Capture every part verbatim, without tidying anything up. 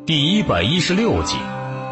第一百一十六集。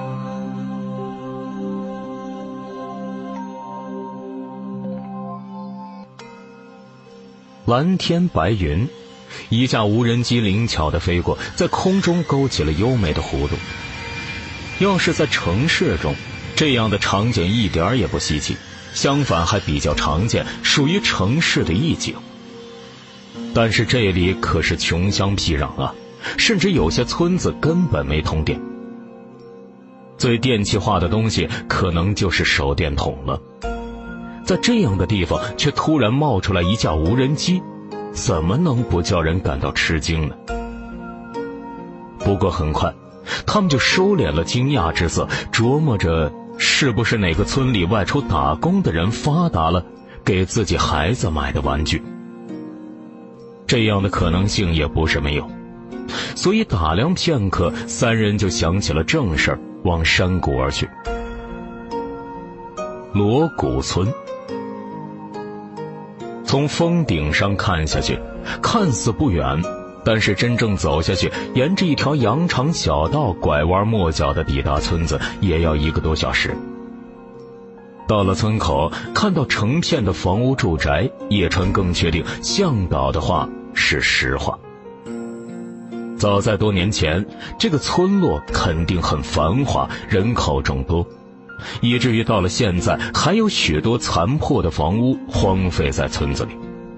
蓝天白云，一架无人机灵巧地飞过，在空中勾起了优美的弧度。要是在城市中，这样的场景一点也不稀奇，相反还比较常见，属于城市的意境。但是这里可是穷乡僻壤啊，甚至有些村子根本没通电。最电气化的东西可能就是手电筒了。在这样的地方却突然冒出来一架无人机，怎么能不叫人感到吃惊呢？不过很快他们就收敛了惊讶之色，琢磨着是不是哪个村里外出打工的人发达了，给自己孩子买的玩具。这样的可能性也不是没有，所以打量片刻，三人就想起了正事儿，往山谷而去。锣鼓村，从峰顶上看下去，看似不远，但是真正走下去，沿着一条羊肠小道拐弯抹角的抵达村子，也要一个多小时。到了村口，看到成片的房屋住宅，叶川更确定向导的话是实话。早在多年前，这个村落肯定很繁华，人口众多，以至于到了现在，还有许多残破的房屋荒废在村子里。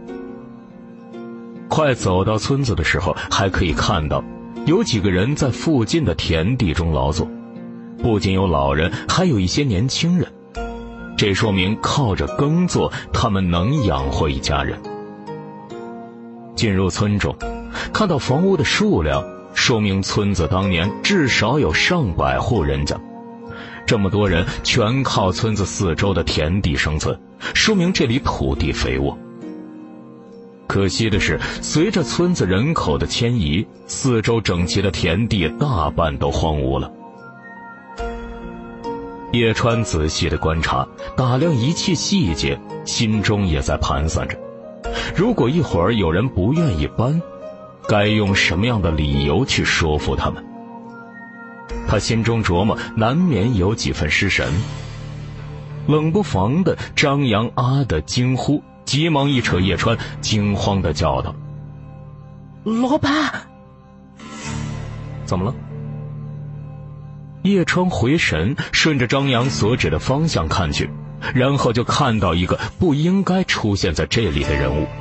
快走到村子的时候，还可以看到有几个人在附近的田地中劳作，不仅有老人，还有一些年轻人。这说明靠着耕作，他们能养活一家人。进入村中，看到房屋的数量，说明村子当年至少有上百户人家。这么多人全靠村子四周的田地生存，说明这里土地肥沃。可惜的是，随着村子人口的迁移，四周整齐的田地大半都荒芜了。叶川仔细地观察，打量一切细节，心中也在盘算着，如果一会儿有人不愿意搬，该用什么样的理由去说服他们。他心中琢磨，难免有几分失神。冷不防的张扬啊的惊呼，急忙一扯叶川，惊慌地叫道： 老板！ 怎么了？叶川回神，顺着张扬所指的方向看去，然后就看到一个不应该出现在这里的人物。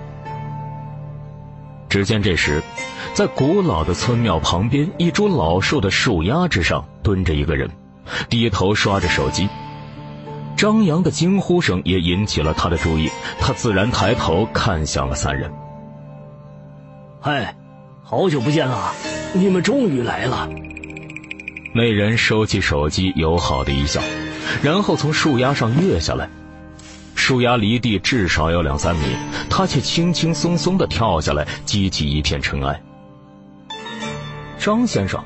只见这时，在古老的村庙旁边一株老树的树丫之上蹲着一个人，低头刷着手机。张扬的惊呼声也引起了他的注意，他自然抬头看向了三人。 嗨，好久不见了，你们终于来了。 那人收起手机，友好的一笑，然后从树丫上跃下来。树丫离地至少有两三米，他却轻轻松松地跳下来，激起一片尘埃。张先生。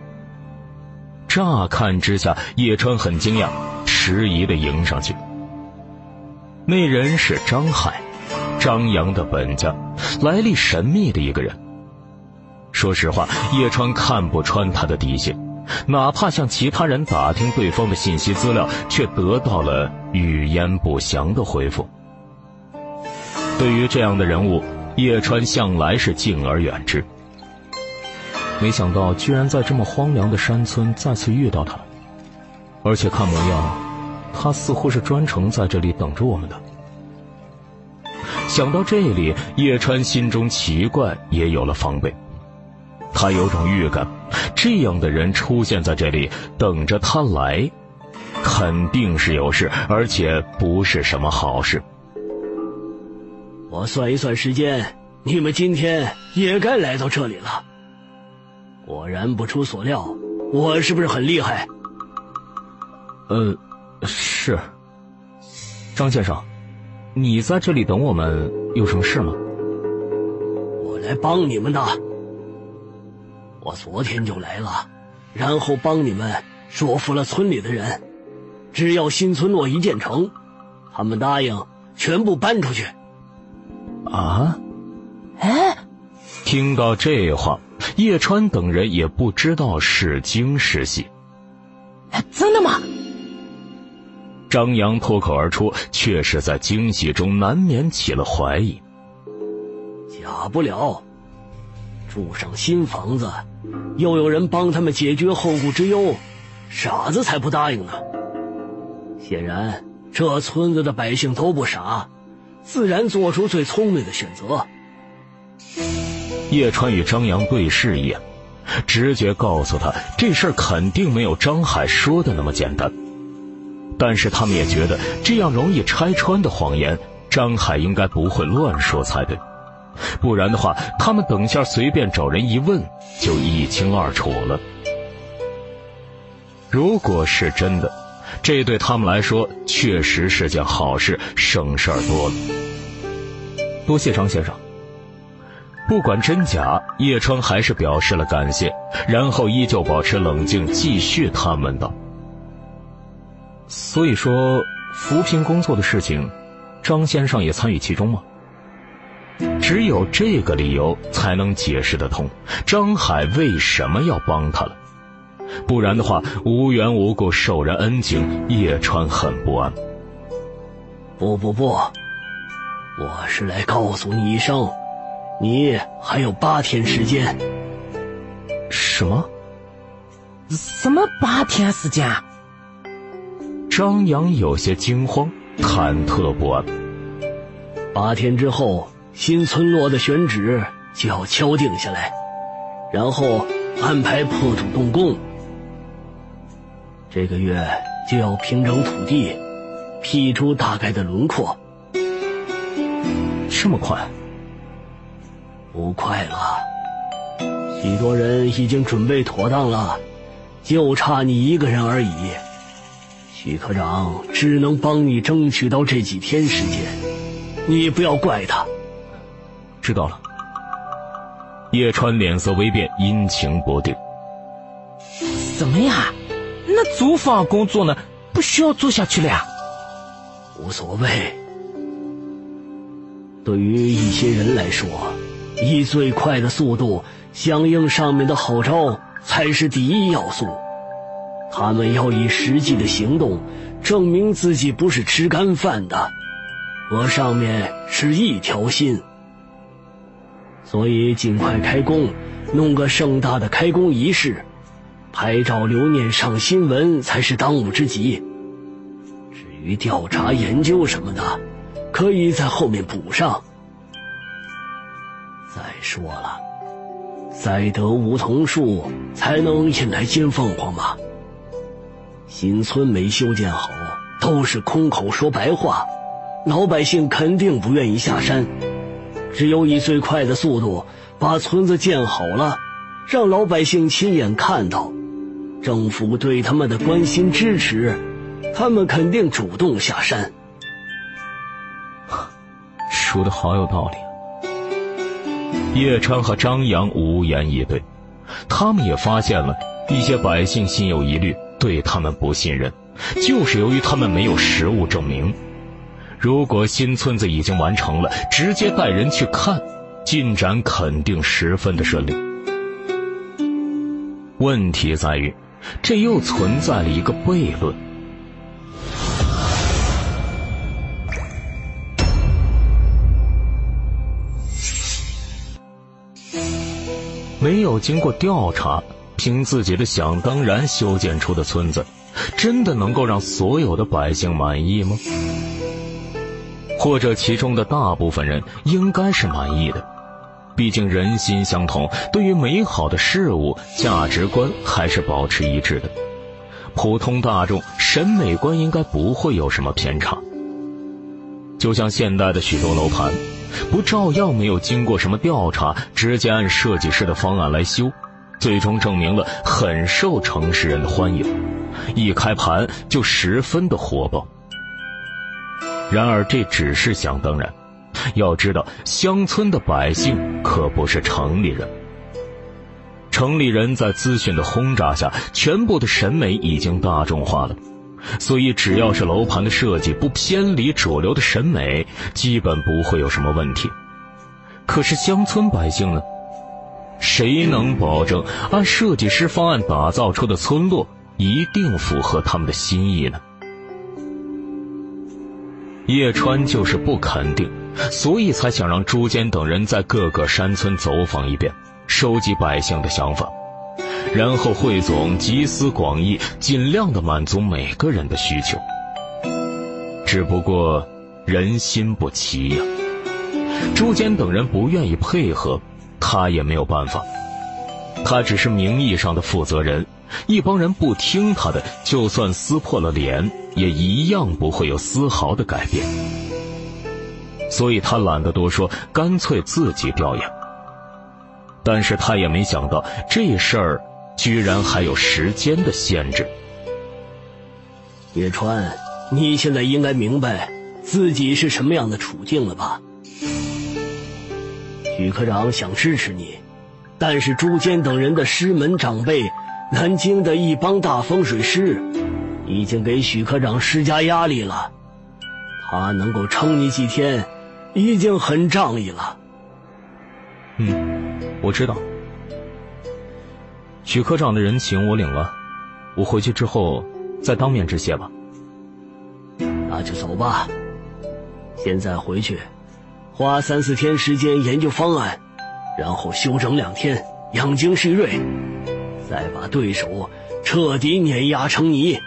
乍看之下，叶川很惊讶，迟疑地迎上去。那人是张海，张扬的本家，来历神秘的一个人。说实话，叶川看不穿他的底细，哪怕向其他人打听对方的信息资料，却得到了语焉不详的回复。对于这样的人物，叶川向来是敬而远之。没想到居然在这么荒凉的山村再次遇到他，而且看模样，他似乎是专程在这里等着我们的。想到这里，叶川心中奇怪，也有了防备。他有种预感，这样的人出现在这里，等着他来，肯定是有事，而且不是什么好事。 我算一算时间，你们今天也该来到这里了。果然不出所料，我是不是很厉害？ 呃，是。张先生，你在这里等我们有什么事吗？ 我来帮你们的。我昨天就来了，然后帮你们说服了村里的人，只要新村落一建成，他们答应全部搬出去。 啊？ 哎， 听到这话， 叶川等人也不知道是惊是喜。 真的吗？ 张扬脱口而出，却是在惊喜中难免起了怀疑。 假不了，住上新房子，又有人帮他们解决后顾之忧，傻子才不答应呢。显然这村子的百姓都不傻，自然做出最聪明的选择。 叶川与张扬对视一眼，直觉告诉他这事儿肯定没有张海说的那么简单。但是他们也觉得这样容易拆穿的谎言，张海应该不会乱说才对，不然的话他们等下随便找人一问就一清二楚了。如果是真的，这对他们来说确实是件好事，省事儿多了。多谢张先生。不管真假，叶川还是表示了感谢，然后依旧保持冷静，继续探问道：所以说扶贫工作的事情，张先生也参与其中吗？只有这个理由才能解释得通张海为什么要帮他了，不然的话无缘无故受人恩情，叶川很不安。 不不不，我是来告诉你一声，你还有八天时间。 什么？ 什么八天时间啊？ 张扬有些惊慌，忐忑不安。 八天之后，新村落的选址就要敲定下来，然后安排破土动工。这个月就要平整土地，辟出大概的轮廓。 这么快？ 不快了，许多人已经准备妥当了，就差你一个人而已。许科长只能帮你争取到这几天时间，你不要怪他。 知道了。叶川脸色微变，阴晴不定。 什么呀？那租房工作呢？不需要做下去了呀？ 无所谓。对于一些人来说，以最快的速度响应上面的号召才是第一要素。他们要以实际的行动证明自己不是吃干饭的，和上面是一条心。所以尽快开工，弄个盛大的开工仪式，拍照留念上新闻才是当务之急。至于调查研究什么的，可以在后面补上。再说了，栽得梧桐树，才能引来金凤凰嘛。新村没修建好，都是空口说白话，老百姓肯定不愿意下山。只有以最快的速度把村子建好了，让老百姓亲眼看到政府对他们的关心支持，他们肯定主动下山。 说得好有道理。叶川和张扬无言以对，他们也发现了一些百姓心有疑虑，对他们不信任，就是由于他们没有实物证明。如果新村子已经完成了，直接带人去看，进展肯定十分的顺利。问题在于，这又存在了一个悖论。没有经过调查，凭自己的想当然修建出的村子，真的能够让所有的百姓满意吗？或者其中的大部分人应该是满意的，毕竟人心相同，对于美好的事物价值观还是保持一致的，普通大众审美观应该不会有什么偏差。就像现代的许多楼盘，不照样没有经过什么调查，直接按设计师的方案来修，最终证明了很受城市人的欢迎，一开盘就十分的火爆。然而这只是想当然，要知道乡村的百姓可不是城里人。城里人在资讯的轰炸下，全部的审美已经大众化了，所以只要是楼盘的设计不偏离主流的审美，基本不会有什么问题。可是乡村百姓呢？ 谁能保证按设计师方案打造出的村落一定符合他们的心意呢？叶川就是不肯定，所以才想让朱坚等人在各个山村走访一遍，收集百姓的想法，然后汇总集思广益，尽量的满足每个人的需求。只不过人心不齐呀，朱坚等人不愿意配合，他也没有办法。他只是名义上的负责人，一帮人不听他的，就算撕破了脸，也一样不会有丝毫的改变。所以他懒得多说，干脆自己调研。但是他也没想到，这事儿居然还有时间的限制。 叶川，你现在应该明白自己是什么样的处境了吧？许科长想支持你，但是朱坚等人的师门长辈，南京的一帮大风水师，已经给许科长施加压力了。他能够撑你几天，已经很仗义了。 嗯，我知道。许科长的人情我领了，我回去之后再当面致谢吧。 那就走吧。现在回去，花三四天时间研究方案，然后休整两天，养精蓄锐，再把对手彻底碾压成泥。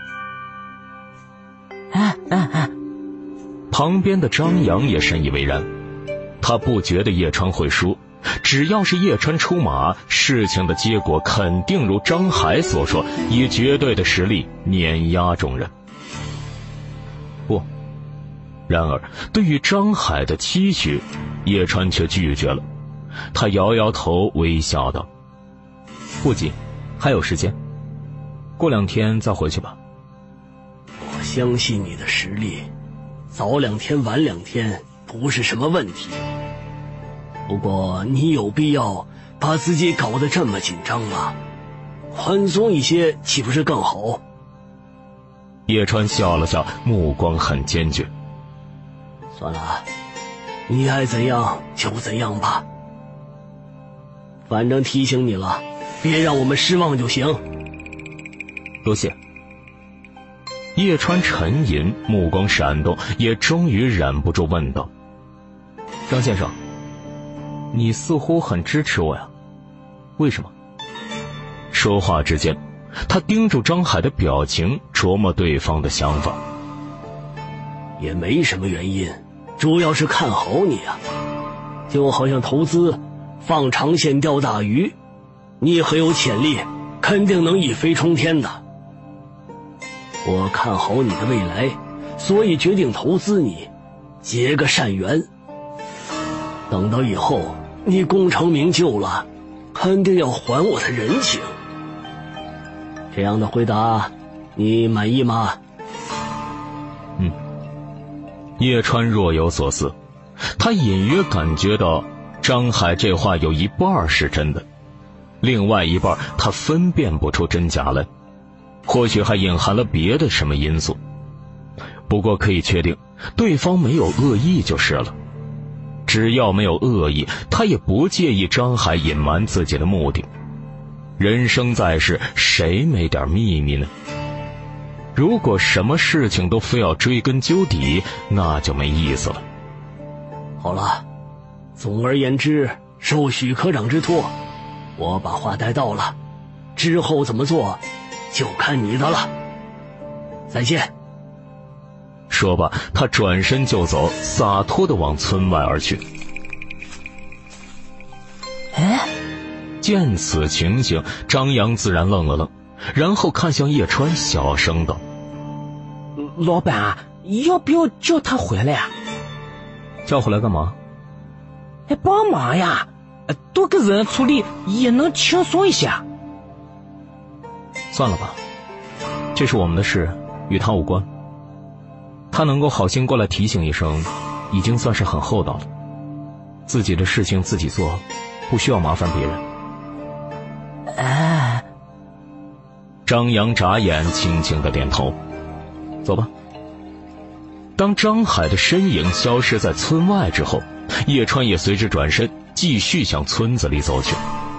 啊啊啊！ 旁边的张扬也深以为然，他不觉得叶川会输，只要是叶川出马，事情的结果肯定如张海所说，以绝对的实力碾压众人。不，然而对于张海的期许，叶川却拒绝了。他摇摇头，微笑道：不急，还有时间，过两天再回去吧。 我相信你的实力，早两天晚两天不是什么问题。不过你有必要把自己搞得这么紧张吗？宽松一些岂不是更好？ 叶川笑了笑，目光很坚决。 算了，你爱怎样就怎样吧。反正提醒你了，别让我们失望就行。 多谢。叶川沉吟，目光闪动，也终于忍不住问道：张先生，你似乎很支持我呀，为什么？说话之间，他盯住张海的表情，琢磨对方的想法。 也没什么原因，主要是看好你啊。就好像投资放长线钓大鱼，你很有潜力，肯定能一飞冲天的。我看好你的未来，所以决定投资你，结个善缘。等到以后你功成名就了，肯定要还我的人情。这样的回答你满意吗？ 嗯。叶川若有所思，他隐约感觉到张海这话有一半是真的，另外一半他分辨不出真假来，或许还隐含了别的什么因素。不过可以确定，对方没有恶意就是了。只要没有恶意，他也不介意张海隐瞒自己的目的。人生在世，谁没点秘密呢？如果什么事情都非要追根究底，那就没意思了。 好了，总而言之，受许科长之托，我把话带到了，之后怎么做就看你的了。再见。 说罢，他转身就走，洒脱地往村外而去。 哎， 见此情形，张扬自然愣了愣，然后看向叶川，小声道： 老板啊，要不要叫他回来啊？ 叫回来干嘛？ 哎，帮忙呀，多个人处理也能轻松一些。 算了吧，这是我们的事，与他无关。他能够好心过来提醒一声，已经算是很厚道了。自己的事情自己做，不需要麻烦别人。 哎， 张扬眨眼，轻轻的点头。走吧。当张海的身影消失在村外之后，叶川也随之转身，继续向村子里走去。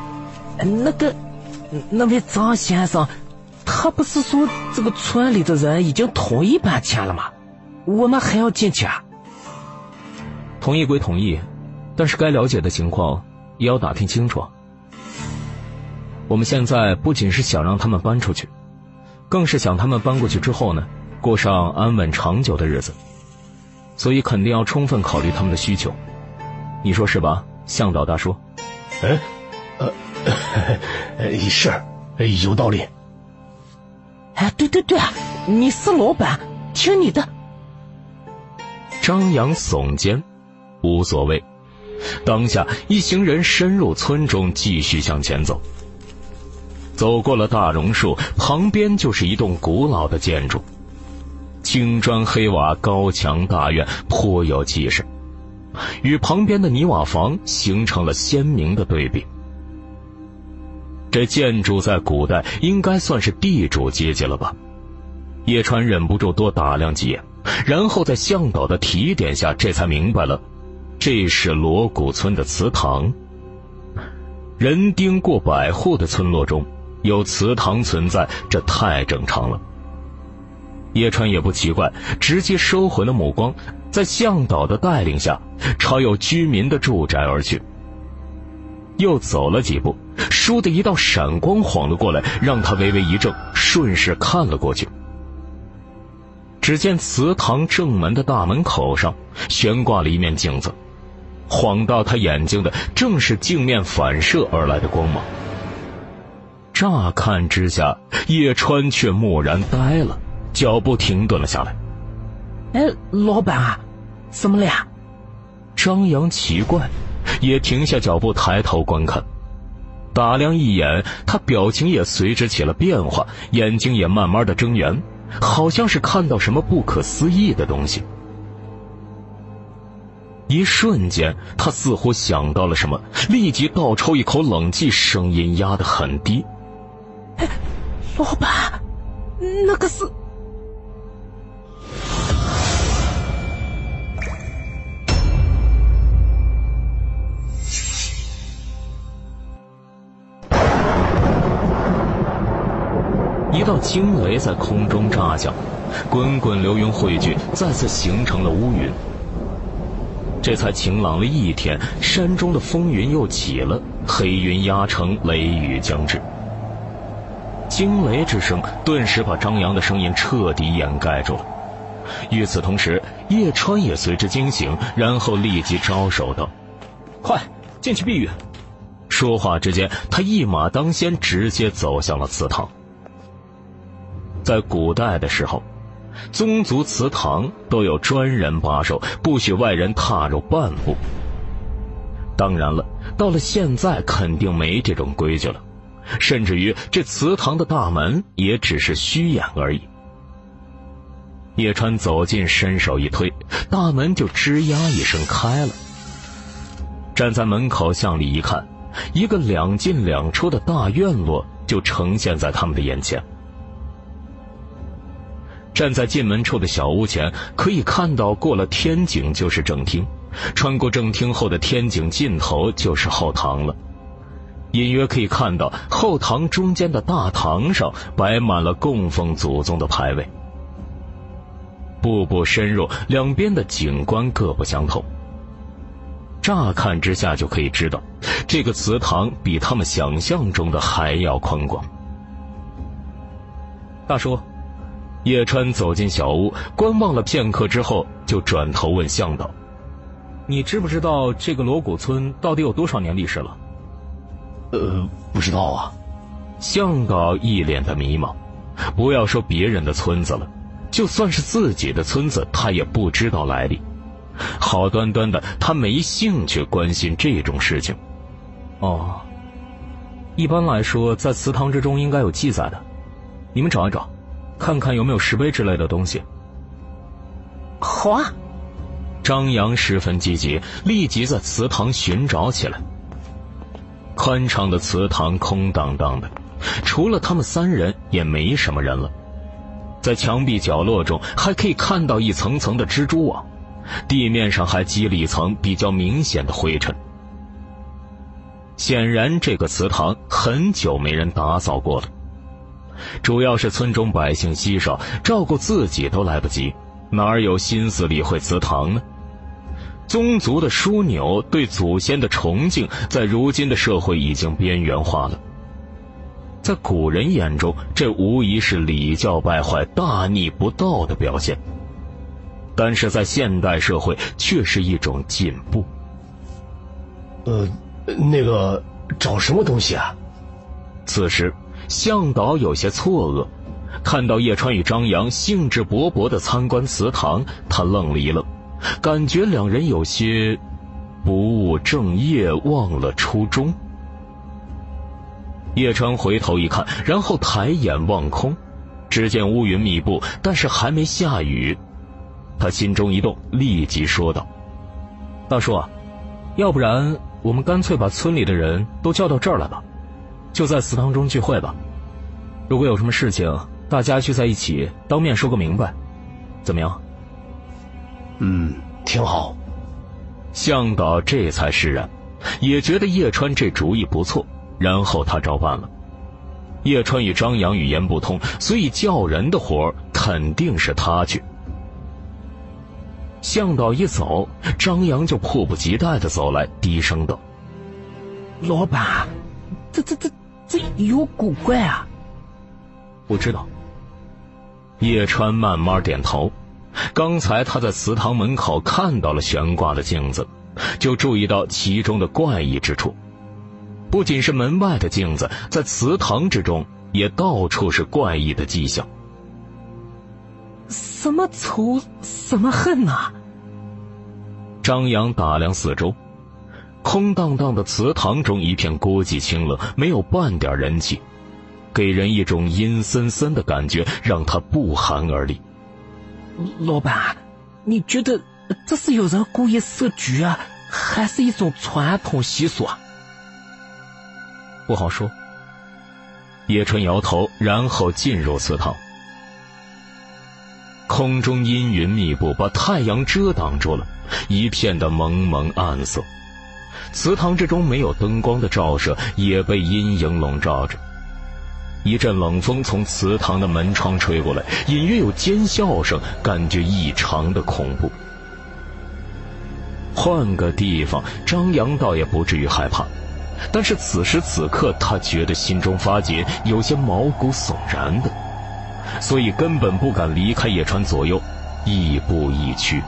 那个那位张先生，他不是说这个村里的人已经同意搬迁了吗？我们还要进去啊？ 同意归同意，但是该了解的情况也要打听清楚。我们现在不仅是想让他们搬出去，更是想他们搬过去之后呢，过上安稳长久的日子，所以肯定要充分考虑他们的需求。你说是吧，向导大叔？ 哎，呃，是，有道理。 哎，对对对，你是老板，听你的。 张扬耸肩，无所谓。当下一行人深入村中，继续向前走。走过了大榕树，旁边就是一栋古老的建筑，青砖黑瓦，高墙大院，颇有气势，与旁边的泥瓦房形成了鲜明的对比。这建筑在古代应该算是地主阶级了吧？叶川忍不住多打量几眼，然后在向导的提点下，这才明白了，这是锣鼓村的祠堂。人丁过百户的村落中有祠堂存在，这太正常了。叶川也不奇怪，直接收回了目光，在向导的带领下朝有居民的住宅而去。又走了几步，倏地一道闪光晃了过来，让他微微一怔，顺势看了过去。只见祠堂正门的大门口上悬挂了一面镜子，晃到他眼睛的正是镜面反射而来的光芒。乍看之下，叶川却蓦然呆了，脚步停顿了下来。 哎，老板啊，怎么了呀？ 张扬奇怪，也停下脚步抬头观看，打量一眼，他表情也随之起了变化，眼睛也慢慢的睁圆，好像是看到什么不可思议的东西。一瞬间，他似乎想到了什么，立即倒抽一口冷气，声音压得很低。 哎，老板，那个是…… 一道惊雷在空中炸响，滚滚流云汇聚，再次形成了乌云。这才晴朗了一天，山中的风云又起了，黑云压城，雷雨将至。惊雷之声顿时把张扬的声音彻底掩盖住了。与此同时，叶川也随之惊醒，然后立即招手道：“快进去避雨。”说话之间，他一马当先，直接走向了祠堂。在古代的时候，宗族祠堂都有专人把守，不许外人踏入半步。当然了，到了现在肯定没这种规矩了，甚至于这祠堂的大门也只是虚掩而已。叶川走近，伸手一推，大门就吱呀一声开了。站在门口向里一看，一个两进两出的大院落就呈现在他们的眼前。站在进门处的小屋前，可以看到过了天井就是正厅，穿过正厅后的天井尽头就是后堂了。隐约可以看到后堂中间的大堂上摆满了供奉祖宗的牌位。步步深入，两边的景观各不相同。乍看之下就可以知道，这个祠堂比他们想象中的还要宽广。大叔，叶川走进小屋，观望了片刻之后，就转头问向导：“你知不知道这个锣鼓村到底有多少年历史了？”“ 呃，不知道啊。” 向导一脸的迷茫。不要说别人的村子了，就算是自己的村子，他也不知道来历。好端端的，他没兴趣关心这种事情。哦，一般来说，在祠堂之中应该有记载的，你们找一找，看看有没有石碑之类的东西。 好啊！ 张扬十分积极，立即在祠堂寻找起来。宽敞的祠堂空荡荡的，除了他们三人也没什么人了。在墙壁角落中还可以看到一层层的蜘蛛网，地面上还积了一层比较明显的灰尘。 显然这个祠堂很久没人打扫过了，主要是村中百姓稀少，照顾自己都来不及，哪有心思理会祠堂呢？宗族的枢纽，对祖先的崇敬，在如今的社会已经边缘化了。在古人眼中，这无疑是礼教败坏、大逆不道的表现，但是在现代社会却是一种进步。 呃，那个找什么东西啊？ 此时向导有些错愕，看到叶川与张扬兴致勃勃地参观祠堂，他愣了一愣，感觉两人有些不务正业，忘了初衷。叶川回头一看，然后抬眼望空，只见乌云密布，但是还没下雨。他心中一动，立即说道： 大叔啊，要不然我们干脆把村里的人都叫到这儿来吧，就在祠堂中聚会吧。如果有什么事情，大家聚在一起当面说个明白，怎么样？ 嗯，挺好。 向导这才释然，也觉得叶川这主意不错，然后他照办了。叶川与张扬语言不通，所以叫人的活肯定是他去。向导一走，张扬就迫不及待地走来，低声道： 老板，这这这这有古怪啊。我知道。 叶川慢慢点头，刚才他在祠堂门口看到了悬挂的镜子，就注意到其中的怪异之处。不仅是门外的镜子，在祠堂之中也到处是怪异的迹象。 什么仇什么恨啊？ 张扬打量四周，空荡荡的祠堂中一片孤寂清冷，没有半点人气，给人一种阴森森的感觉，让他不寒而栗。 老板，你觉得这是有人故意设局啊，还是一种传统习俗啊？不好说。 叶春摇头，然后进入祠堂。空中阴云密布，把太阳遮挡住了，一片的蒙蒙暗色。祠堂之中没有灯光的照射，也被阴影笼罩着。一阵冷风从祠堂的门窗吹过来，隐约有尖笑声，感觉异常的恐怖。换个地方，张扬倒也不至于害怕，但是此时此刻他觉得心中发紧，有些毛骨悚然的，所以根本不敢离开叶川左右，亦步亦趋。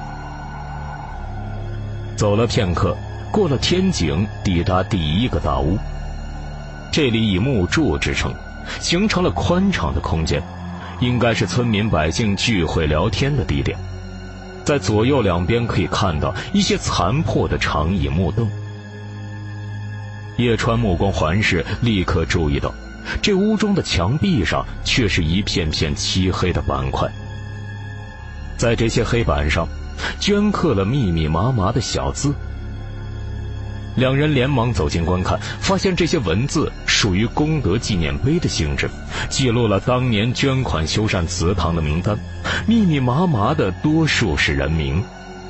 走了片刻，过了天井，抵达第一个大屋。这里以木柱支撑，形成了宽敞的空间，应该是村民百姓聚会聊天的地点。在左右两边可以看到一些残破的长椅木凳。叶川目光环视，立刻注意到这屋中的墙壁上却是一片片漆黑的板块，在这些黑板上镌刻了密密麻麻的小字。两人连忙走近观看，发现这些文字属于功德纪念碑的性质，记录了当年捐款修缮祠堂的名单，密密麻麻的，多数是人名。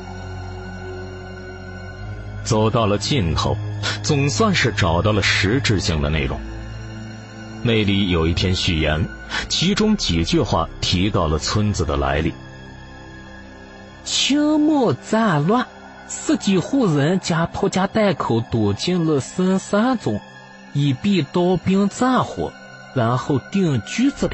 走到了尽头，总算是找到了实质性的内容。那里有一篇序言，其中几句话提到了村子的来历。 清末战乱，十几户人家拖家带口躲进了深山中，以避刀兵战火，然后定居这里。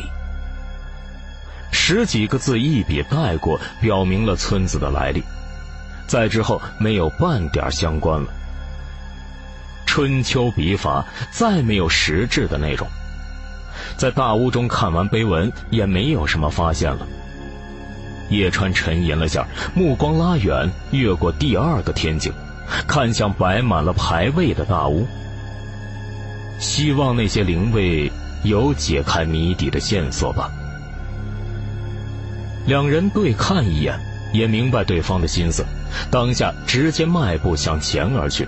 十几个字一笔带过，表明了村子的来历，再之后没有半点相关了。春秋笔法，再没有实质的内容。在大屋中看完碑文，也没有什么发现了。叶川沉吟了下，目光拉远，越过第二个天井，看向摆满了牌位的大屋，希望那些灵位有解开谜底的线索吧。两人对看一眼，也明白对方的心思，当下直接迈步向前而去。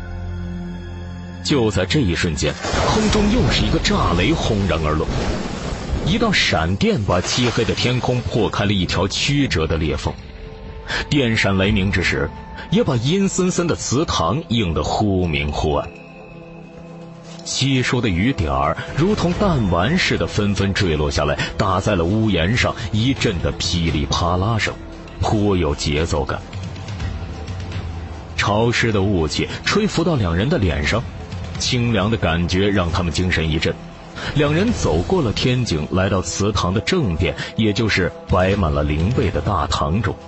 就在这一瞬间，空中又是一个炸雷轰然而落，一道闪电把漆黑的天空破开了一条曲折的裂缝，电闪雷鸣之时，也把阴森森的祠堂映得忽明忽暗。 稀疏的雨点儿如同弹丸似的纷纷坠落下来，打在了屋檐上，一阵的噼里啪啦声，颇有节奏感。潮湿的雾气吹拂到两人的脸上，清凉的感觉让他们精神一振。两人走过了天井，来到祠堂的正殿，也就是摆满了灵位的大堂中。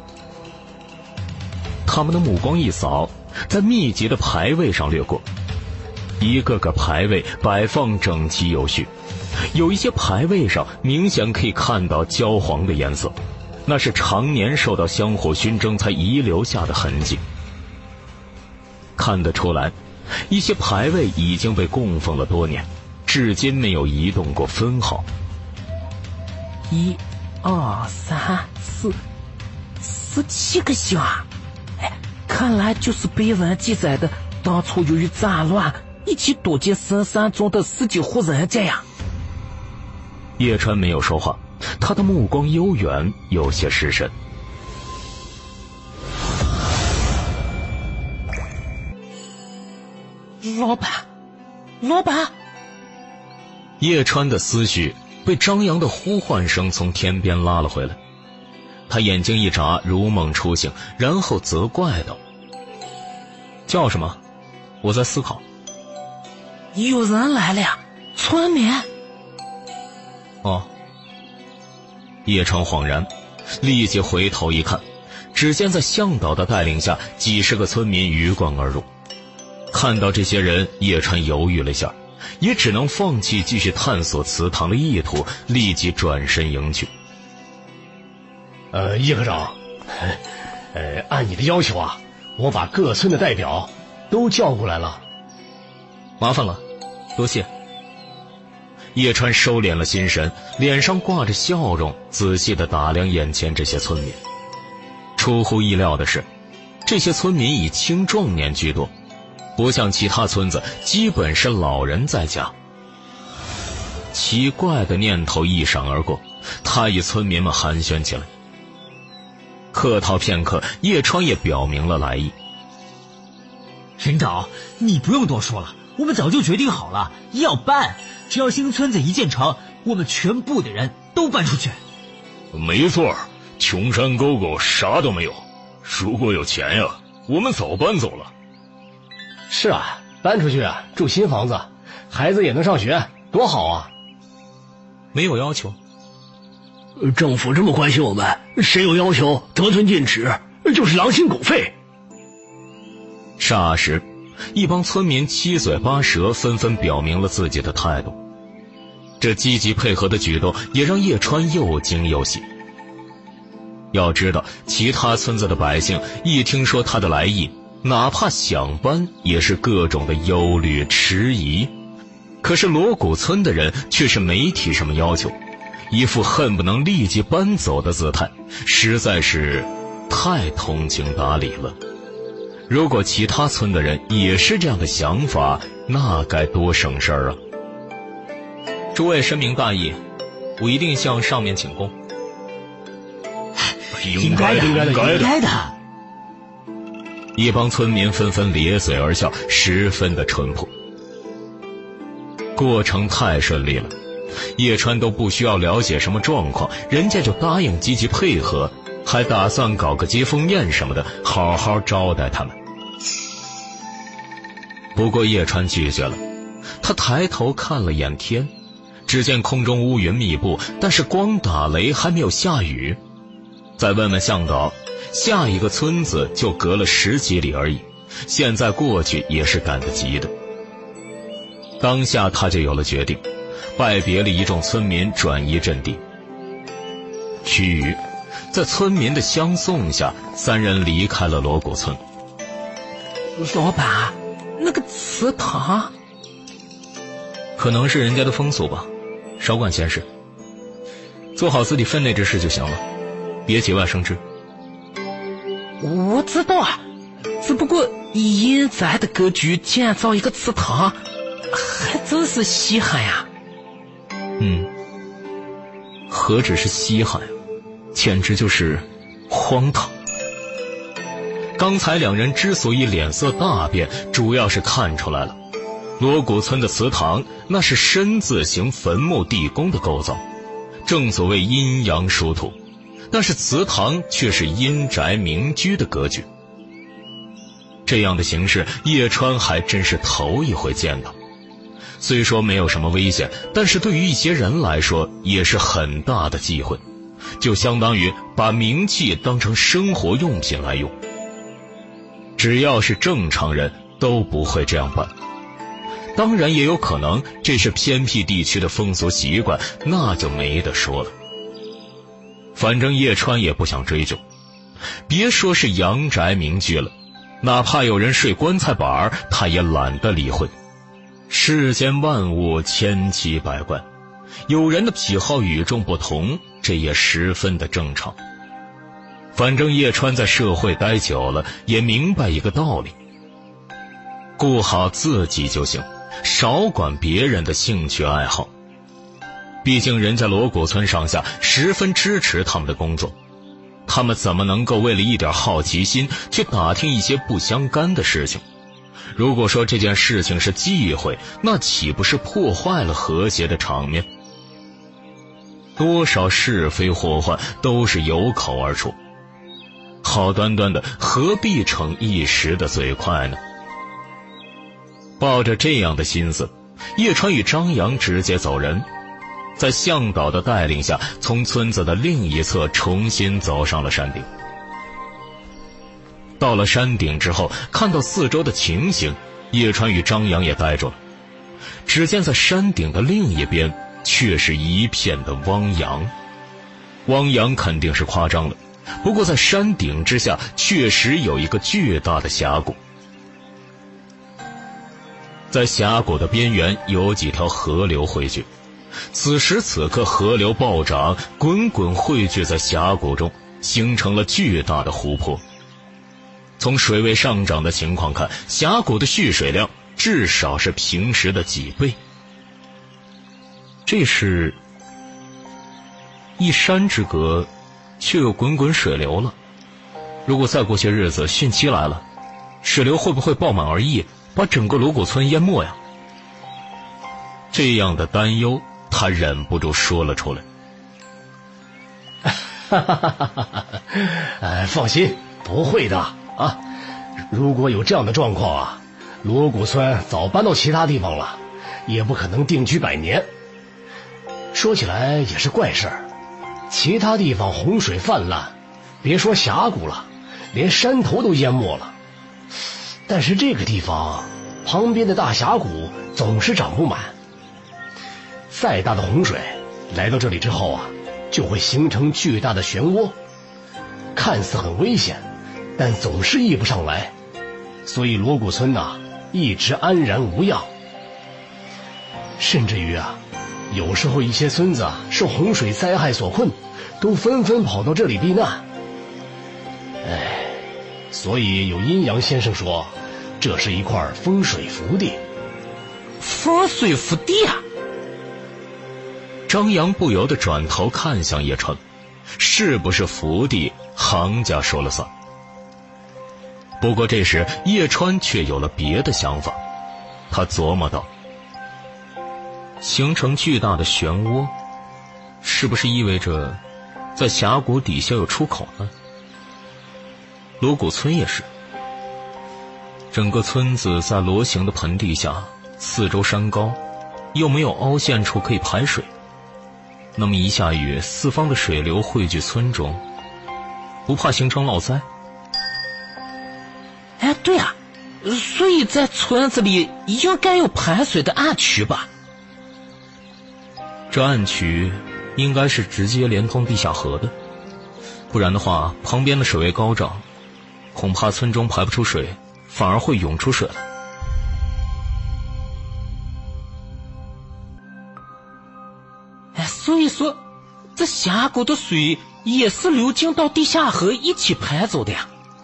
他们的目光一扫，在密集的牌位上掠过，一个个牌位摆放整齐有序，有一些牌位上明显可以看到焦黄的颜色，那是常年受到香火熏蒸才遗留下的痕迹。看得出来，一些牌位已经被供奉了多年，至今没有移动过分号。 一、二、三、四，十七个星啊！哎，看来就是碑文记载的当初由于战乱一起躲进深山中的十几户人家呀。 叶川没有说话，他的目光悠远，有些失神。 老板，老板！ 叶川的思绪被张扬的呼唤声从天边拉了回来，他眼睛一眨，如梦初醒，然后责怪道：“ 叫什么？我在思考。” 有人来了呀，村民。 哦。 叶川恍然，立即回头一看，只见在向导的带领下，几十个村民鱼贯而入。看到这些人，叶川犹豫了一下，也只能放弃继续探索祠堂的意图，立即转身迎去。 呃，叶科长，呃，按你的要求啊，我把各村的代表都叫过来了。 麻烦了，多谢。 叶川收敛了心神，脸上挂着笑容，仔细地打量眼前这些村民。出乎意料的是，这些村民以青壮年居多，不像其他村子基本是老人在家。奇怪的念头一闪而过，他与村民们寒暄起来。客套片刻，叶川也表明了来意。 领导，你不用多说了，我们早就决定好了，要搬，只要新村子一建成，我们全部的人都搬出去。 没错，穷山沟沟啥都没有，如果有钱呀，我们早搬走了。 是啊，搬出去啊，住新房子，孩子也能上学，多好啊！ 没有要求。 政府这么关心我们，谁有要求得寸进尺，就是狼心狗肺。 霎时，一帮村民七嘴八舌，纷纷表明了自己的态度。这积极配合的举动也让叶川又惊又喜。要知道，其他村子的百姓一听说他的来意，哪怕想搬也是各种的忧虑迟疑，可是锣鼓村的人却是没提什么要求，一副恨不能立即搬走的姿态，实在是太通情达理了。如果其他村的人也是这样的想法，那该多省事儿啊！ 诸位深明大义，我一定向上面请功。 应该的， 应该的，应该的。 一帮村民纷纷咧嘴而笑，十分的淳朴。过程太顺利了，叶川都不需要了解什么状况，人家就答应积极配合，还打算搞个接风宴什么的，好好招待他们。不过叶川拒绝了，他抬头看了眼天，只见空中乌云密布，但是光打雷还没有下雨。再问问向导，下一个村子就隔了十几里而已，现在过去也是赶得及的。当下他就有了决定，拜别了一众村民，转移阵地。须臾，在村民的相送下，三人离开了锣鼓村。 老板，那个祠堂， 可能是人家的风俗吧，少管闲事，做好自己分内之事就行了，别节外生枝。 我知道啊，只不过以现在的格局建造一个祠堂，还真是稀罕呀。 嗯，何止是稀罕呀，简直就是荒唐。 刚才两人之所以脸色大变，主要是看出来了， 锣鼓村的祠堂那是深字形坟墓地宫的构造，正所谓阴阳属土，但是祠堂却是阴宅民居的格局。这样的形式，叶川还真是头一回见到。虽说没有什么危险，但是对于一些人来说也是很大的忌讳，就相当于把冥器当成生活用品来用。只要是正常人都不会这样办。当然也有可能这是偏僻地区的风俗习惯，那就没得说了。反正叶川也不想追究，别说是阳宅民居了，哪怕有人睡棺材板，他也懒得理会。世间万物千奇百怪，有人的癖好与众不同，这也十分的正常。反正叶川在社会待久了，也明白一个道理：顾好自己就行，少管别人的兴趣爱好。毕竟人家锣鼓村上下十分支持他们的工作，他们怎么能够为了一点好奇心去打听一些不相干的事情？如果说这件事情是忌讳，那岂不是破坏了和谐的场面？多少是非祸患都是由口而出，好端端的何必逞一时的嘴快呢？抱着这样的心思，叶川与张扬直接走人，在向导的带领下，从村子的另一侧重新走上了山顶。到了山顶之后，看到四周的情形，叶川与张扬也呆住了。只见在山顶的另一边，却是一片的汪洋。汪洋肯定是夸张了，不过在山顶之下，确实有一个巨大的峡谷。在峡谷的边缘有几条河流汇聚，此时此刻河流暴涨，滚滚汇聚在峡谷中，形成了巨大的湖泊。从水位上涨的情况看，峡谷的蓄水量至少是平时的几倍。这是一山之隔，却有滚滚水流了。如果再过些日子汛期来了，水流会不会爆满而溢，把整个锣鼓村淹没呀？这样的担忧，他忍不住说了出来。 哈哈哈哈哈！哎，放心，不会的啊！如果有这样的状况啊，锣鼓村早搬到其他地方了，也不可能定居百年。说起来也是怪事儿，其他地方洪水泛滥，别说峡谷了，连山头都淹没了。但是这个地方旁边的大峡谷总是长不满，再大的洪水来到这里之后啊，就会形成巨大的漩涡，看似很危险，但总是溢不上来，所以锣鼓村呐、啊、一直安然无恙。甚至于啊，有时候一些村子啊受洪水灾害所困，都纷纷跑到这里避难。哎，所以有阴阳先生说，这是一块风水福地。 风水福地啊！ 张扬不由得转头看向叶川，是不是福地，行家说了算。不过这时叶川却有了别的想法，他琢磨道： 形成巨大的漩涡，是不是意味着在峡谷底下有出口呢？锣鼓村也是，整个村子在螺形的盆地下，四周山高，又没有凹陷处可以排水，那么一下雨，四方的水流汇聚村中，不怕形成涝灾？ 哎，对啊，所以在村子里应该有排水的暗渠吧？ 这暗渠应该是直接连通地下河的，不然的话，旁边的水位高涨，恐怕村中排不出水，反而会涌出水来。 哎，所以说，这峡谷的水也是流经到地下河一起排走的呀？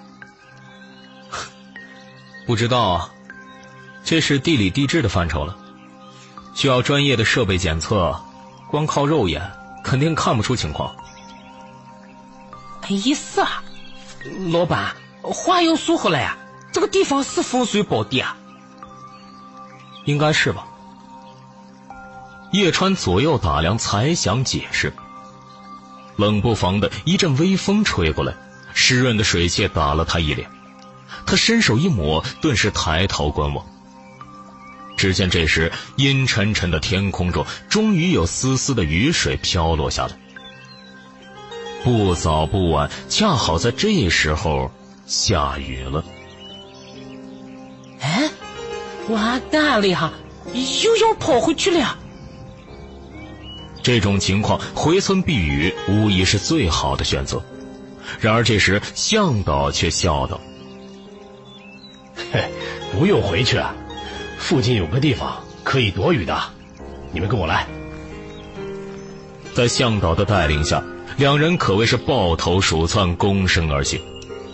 不知道啊，这是地理地质的范畴了，需要专业的设备检测，光靠肉眼肯定看不出情况。 意思啊，老板，话又说回来呀、啊，这个地方是风水宝地啊。 应该是吧。叶川左右打量，才想解释，冷不防的一阵微风吹过来，湿润的水汽打了他一脸。他伸手一抹，顿时抬头观望。只见这时阴沉沉的天空中，终于有丝丝的雨水飘落下来。不早不晚，恰好在这时候下雨了。 哎，完蛋了呀，又要跑回去了呀！ 这种情况，回村避雨无疑是最好的选择。然而这时向导却笑道： 嘿，不用回去啊，附近有个地方可以躲雨的，你们跟我来。 在向导的带领下，两人可谓是抱头鼠窜，躬身而行。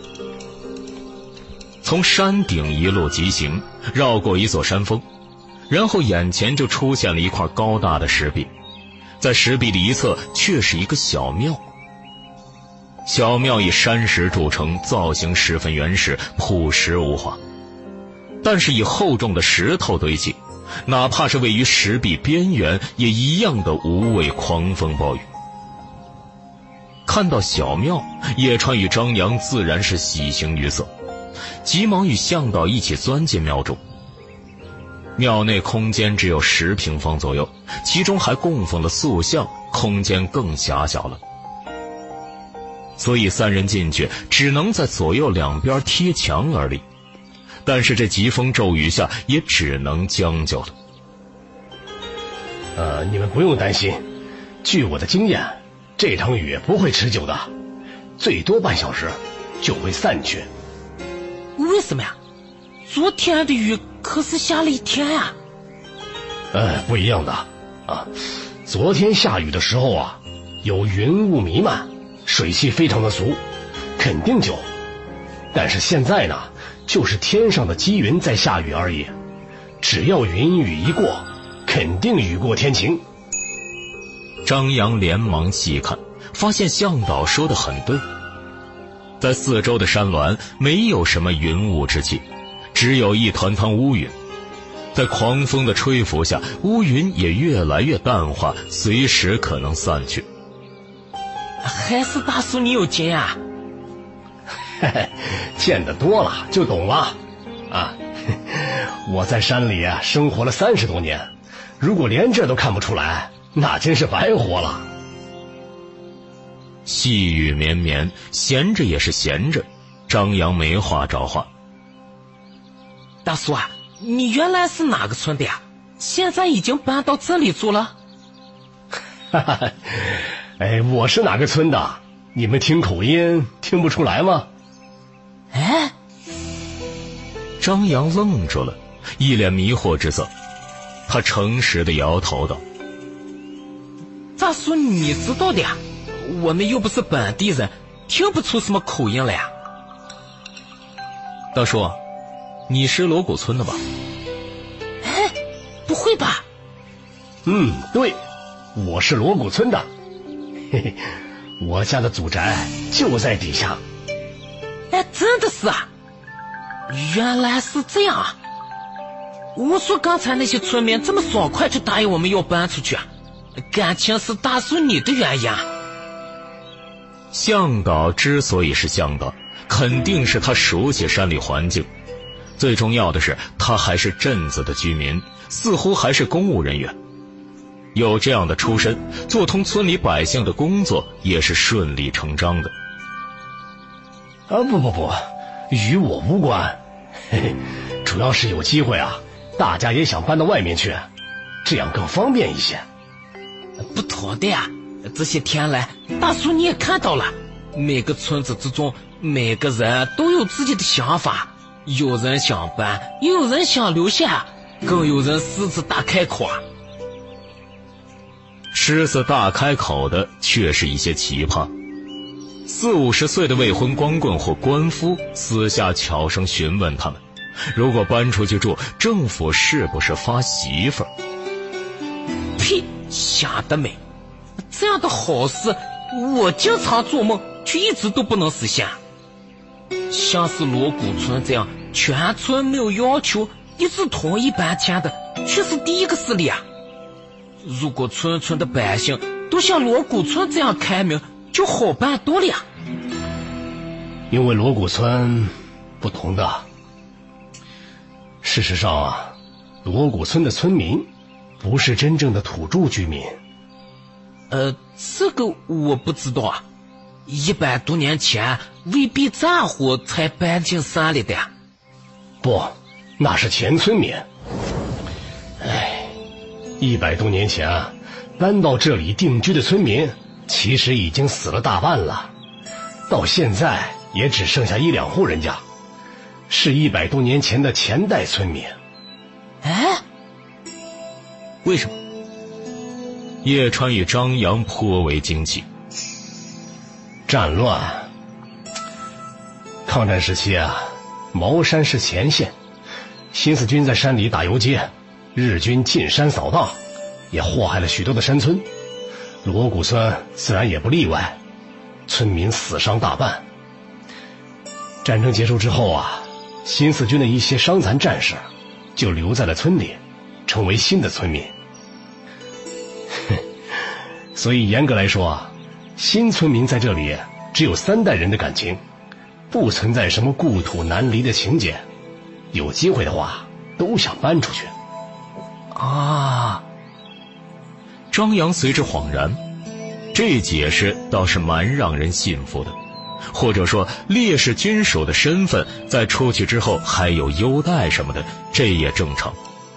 从山顶一路疾行，绕过一座山峰，然后眼前就出现了一块高大的石壁，在石壁的一侧却是一个小庙。小庙以山石筑成，造型十分原始，朴实无华，但是以厚重的石头堆砌，哪怕是位于石壁边缘，也一样的无畏狂风暴雨。看到小庙，叶川与张扬自然是喜形于色，急忙与向导一起钻进庙中。庙内空间只有十平方左右，其中还供奉了塑像，空间更狭小了。所以三人进去只能在左右两边贴墙而立，但是这疾风骤雨下也只能将就了。 呃，你们不用担心，据我的经验，这场雨不会持久的，最多半小时就会散去。 为什么呀？昨天的雨可是下了一天呀。 呃，不一样的啊，昨天下雨的时候啊，有云雾弥漫，水汽非常的足，肯定久。但是现在呢，就是天上的积云在下雨而已，只要云雨一过，肯定雨过天晴。 张扬连忙细看，发现向导说的很对。在四周的山峦没有什么云雾之气，只有一团团乌云。在狂风的吹拂下，乌云也越来越淡化，随时可能散去。 还是大叔你有经验啊。 嘿嘿，见得多了就懂了啊。我在山里啊生活了三十多年，如果连这都看不出来，那真是白活了。 细雨绵绵，闲着也是闲着，张扬没话找话。 大叔啊，你原来是哪个村的呀？现在已经搬到这里住了？ 哈哈，哎，我是哪个村的？你们听口音听不出来吗？ 哎， 张扬愣住了，一脸迷惑之色。他诚实的摇头道： 大叔你知道的呀，我们又不是本地人，听不出什么口音来呀。 大叔，你是锣鼓村的吧？ 哎，不会吧？ 嗯，对，我是锣鼓村的。嘿嘿，我家的祖宅就在底下。 哎，真的是啊，原来是这样啊。我说刚才那些村民这么爽快就答应我们要搬出去啊，感情是大叔你的原因啊。 向导之所以是向导，肯定是他熟悉山里环境，最重要的是他还是镇子的居民，似乎还是公务人员。有这样的出身，做通村里百姓的工作也是顺理成章的。 啊，不不不，与我无关，嘿嘿，主要是有机会啊，大家也想搬到外面去，这样更方便一些。 不妥的呀，这些天来，大叔你也看到了，每个村子之中，每个人都有自己的想法，有人想搬，也有人想留下，更有人狮子大开口啊。 狮子大开口的却是一些奇葩，四五十岁的未婚光棍或官夫私下悄声询问他们，如果搬出去住，政府是不是发媳妇儿？ 呸，想得美！这样的好事我经常做梦，却一直都不能实现。像是锣鼓村这样全村没有要求，一直统一搬迁的， 却是第一个死的呀。如果村村的百姓都像锣鼓村这样开明，就好办多了呀。 因为锣鼓村不同的。事实上啊，锣鼓村的村民不是真正的土著居民。 呃，这个我不知道啊。一百多年前未必咋呼才搬进山里的呀。 不，那是前村民。唉，一百多年前啊，搬到这里定居的村民其实已经死了大半了，到现在也只剩下一两户人家，是一百多年前的前代村民。 哎， 为什么？叶川与张扬颇为惊奇。 战乱，抗战时期啊，茅山是前线，新四军在山里打游击，日军进山扫荡，也祸害了许多的山村。锣鼓村自然也不例外，村民死伤大半。战争结束之后啊，新四军的一些伤残战士就留在了村里，成为新的村民。所以严格来说啊，新村民在这里只有三代人的感情，不存在什么故土难离的情节，有机会的话都想搬出去。 啊， 张扬随之恍然，这解释倒是蛮让人信服的，或者说烈士军属的身份在出去之后还有优待什么的，这也正常。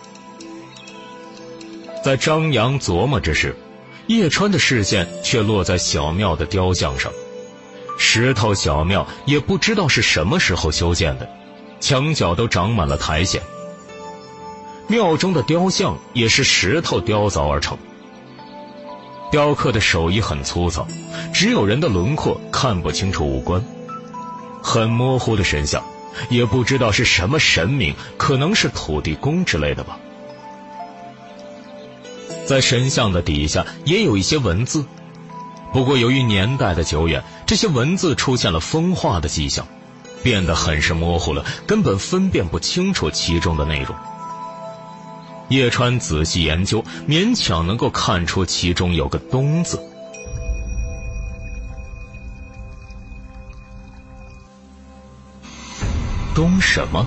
在张扬琢磨之时，叶川的视线却落在小庙的雕像上。石头小庙也不知道是什么时候修建的，墙角都长满了苔藓。庙中的雕像也是石头雕凿而成，雕刻的手艺很粗糙，只有人的轮廓，看不清楚五官，很模糊的神像，也不知道是什么神明，可能是土地公之类的吧。在神像的底下也有一些文字，不过由于年代的久远，这些文字出现了风化的迹象，变得很是模糊了，根本分辨不清楚其中的内容。叶川仔细研究，勉强能够看出其中有个东字。东什么？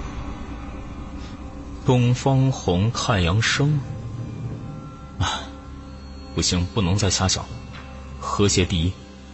东方红，太阳升。啊，不行，不能再瞎想了，和谐第一。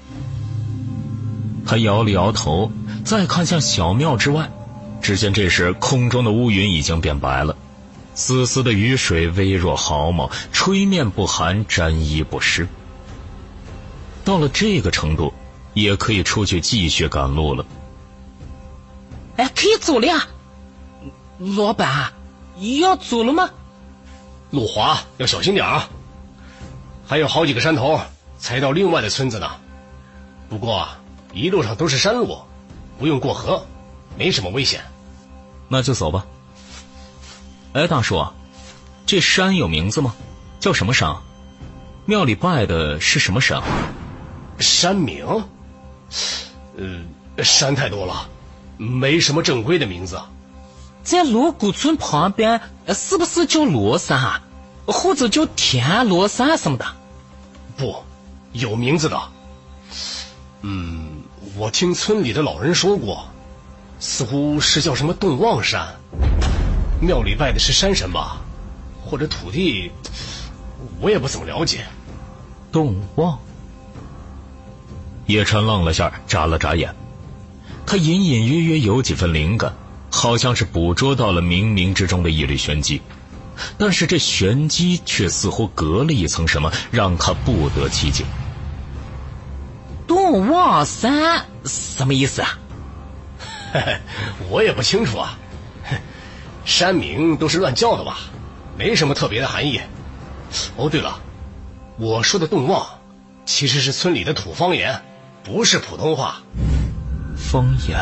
他摇了摇头，再看向小庙之外，只见这时空中的乌云已经变白了，丝丝的雨水微若毫毛，吹面不寒，沾衣不湿。到了这个程度，也可以出去继续赶路了。 哎，可以走了呀。老板，要走了吗？ 路滑，要小心点啊！还有好几个山头才到另外的村子呢。不过一路上都是山路，不用过河，没什么危险。 那就走吧。哎，大叔，这山有名字吗？叫什么山？庙里拜的是什么神啊？ 山名？呃，山太多了，没什么正规的名字。 在锣鼓村旁边，是不是叫罗山啊？或者叫田螺山什么的？ 不，有名字的。嗯，我听村里的老人说过，似乎是叫什么洞望山。庙里拜的是山神吧，或者土地，我也不怎么了解。 洞望。叶川愣了下，眨了眨眼，他隐隐约约有几分灵感，好像是捕捉到了冥冥之中的一缕玄机，但是这玄机却似乎隔了一层什么，让他不得其解。 洞望山什么意思啊？ 嘿嘿，我也不清楚啊。山名都是乱叫的吧，没什么特别的含义。哦，对了，我说的洞望其实是村里的土方言，不是普通话。 方言。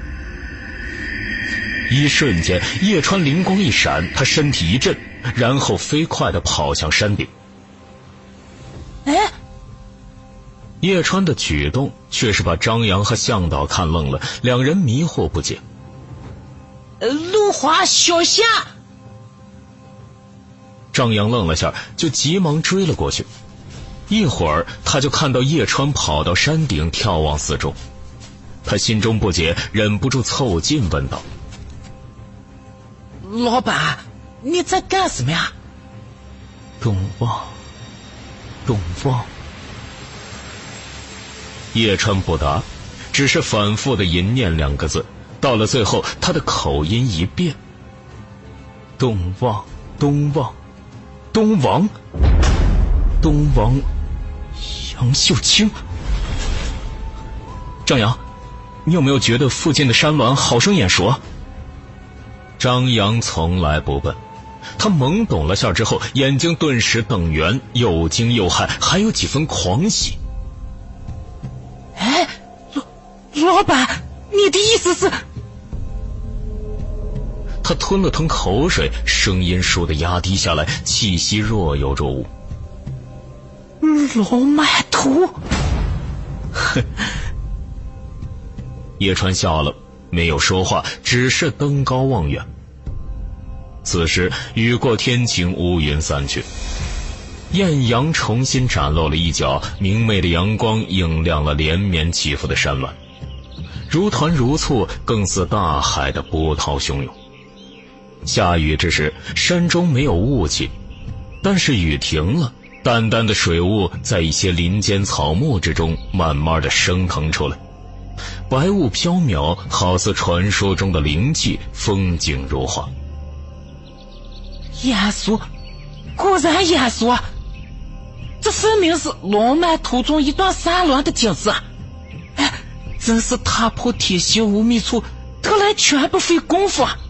一瞬间，叶川灵光一闪，他身体一震，然后飞快地跑向山顶。 哎， 叶川的举动却是把张扬和向导看愣了，两人迷惑不解。 路滑小心！ 张扬愣了下，就急忙追了过去。一会儿他就看到叶川跑到山顶眺望四周，他心中不解，忍不住凑近问道： 老板，你在干什么呀？ 东望，东望。 叶川不答，只是反复的吟念两个字，到了最后他的口音一变： 东望，东望， 东王， 东王杨秀清。 张扬，你有没有觉得附近的山峦好生眼熟啊？张扬从来不笨，他懵懂了下之后，眼睛顿时瞪圆，又惊又骇，还有几分狂喜。 哎，老老板，你的意思是？ 他吞了吞口水，声音倏地压低下来，气息若有若无。 龙脉图。 哼。叶川笑了，没有说话，只是登高望远。此时雨过天晴，乌云散去，艳阳重新展露了一角，明媚的阳光映亮了连绵起伏的山峦，如团如簇，更似大海的波涛汹涌。下雨之时，山中没有雾气，但是雨停了，淡淡的水雾在一些林间草木之中慢慢的升腾出来，白雾飘渺，好似传说中的灵气，风景如画。 眼熟，果然眼熟啊！这分明是龙脉图中一段山峦的景色。哎，真是踏破铁鞋无觅处，得来全不费工夫啊！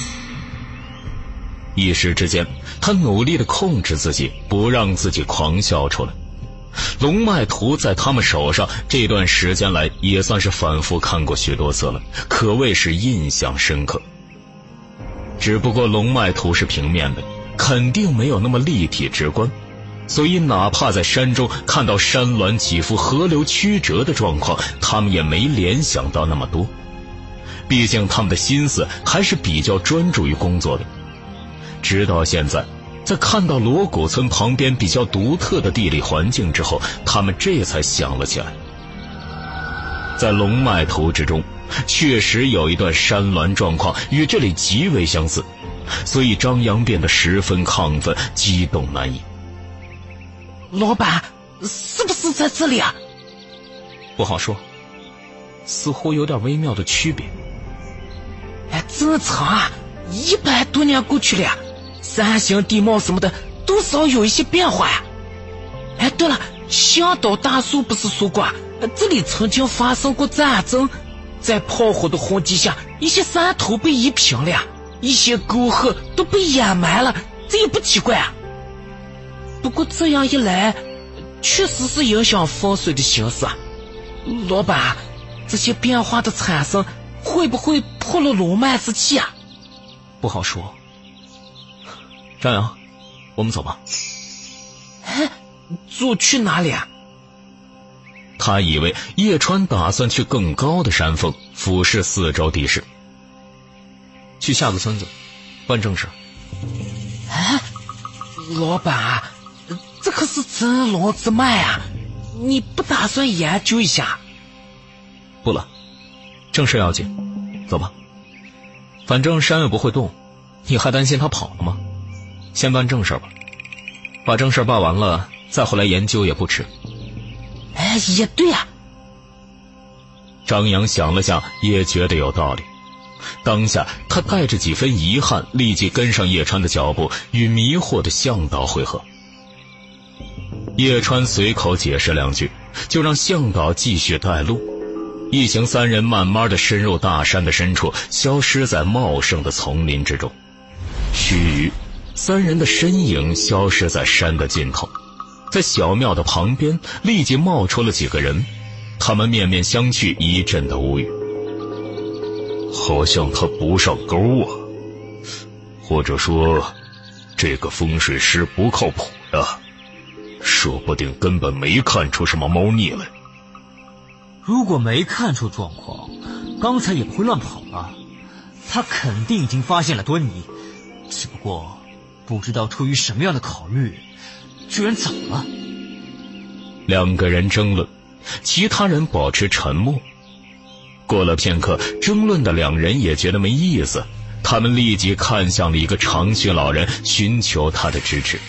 一时之间，他努力地控制自己，不让自己狂笑出来。龙脉图在他们手上这段时间来也算是反复看过许多次了，可谓是印象深刻。只不过龙脉图是平面的，肯定没有那么立体直观，所以哪怕在山中看到山峦起伏、河流曲折的状况，他们也没联想到那么多。毕竟他们的心思还是比较专注于工作的。直到现在，在看到锣鼓村旁边比较独特的地理环境之后，他们这才想了起来。在龙脉图之中，确实有一段山峦状况与这里极为相似，所以张扬变得十分亢奋，激动难抑。 老板，是不是在这里啊？ 不好说，似乎有点微妙的区别。 哎，正常啊，一百多年过去了呀，山形地貌什么的多少有一些变化呀。哎，对了，向导大叔不是说过啊，这里曾经发生过战争，在炮火的轰击下，一些山头被夷平了呀，一些沟壑都被掩埋了，这也不奇怪啊。不过这样一来，确实是影响风水的形势啊。老板，这些变化的产生会不会破了龙脉之气啊？ 不好说。张扬，我们走吧。 哎，走去哪里啊？ 他以为叶川打算去更高的山峰，俯视四周地势。 去下个村子办正事。 哎，老板，这可是真龙之脉啊，你不打算研究一下？ 不了，正事要紧，走吧。反正山又不会动，你还担心他跑了吗？先办正事吧，把正事办完了再回来研究也不迟。 哎，也对啊。 张扬想了想，也觉得有道理。当下他带着几分遗憾，立即跟上叶川的脚步，与迷惑的向导会合。叶川随口解释两句，就让向导继续带路。一行三人慢慢地深入大山的深处，消失在茂盛的丛林之中。须臾，三人的身影消失在山的尽头。在小庙的旁边立即冒出了几个人，他们面面相觑，一阵的无语。 好像他不上钩啊，或者说这个风水师不靠谱呀，说不定根本没看出什么猫腻来。 如果没看出状况，刚才也不会乱跑了。他肯定已经发现了端倪，只不过不知道出于什么样的考虑，居然走了。 两个人争论，其他人保持沉默。过了片刻，争论的两人也觉得没意思，他们立即看向了一个长须老人，寻求他的支持。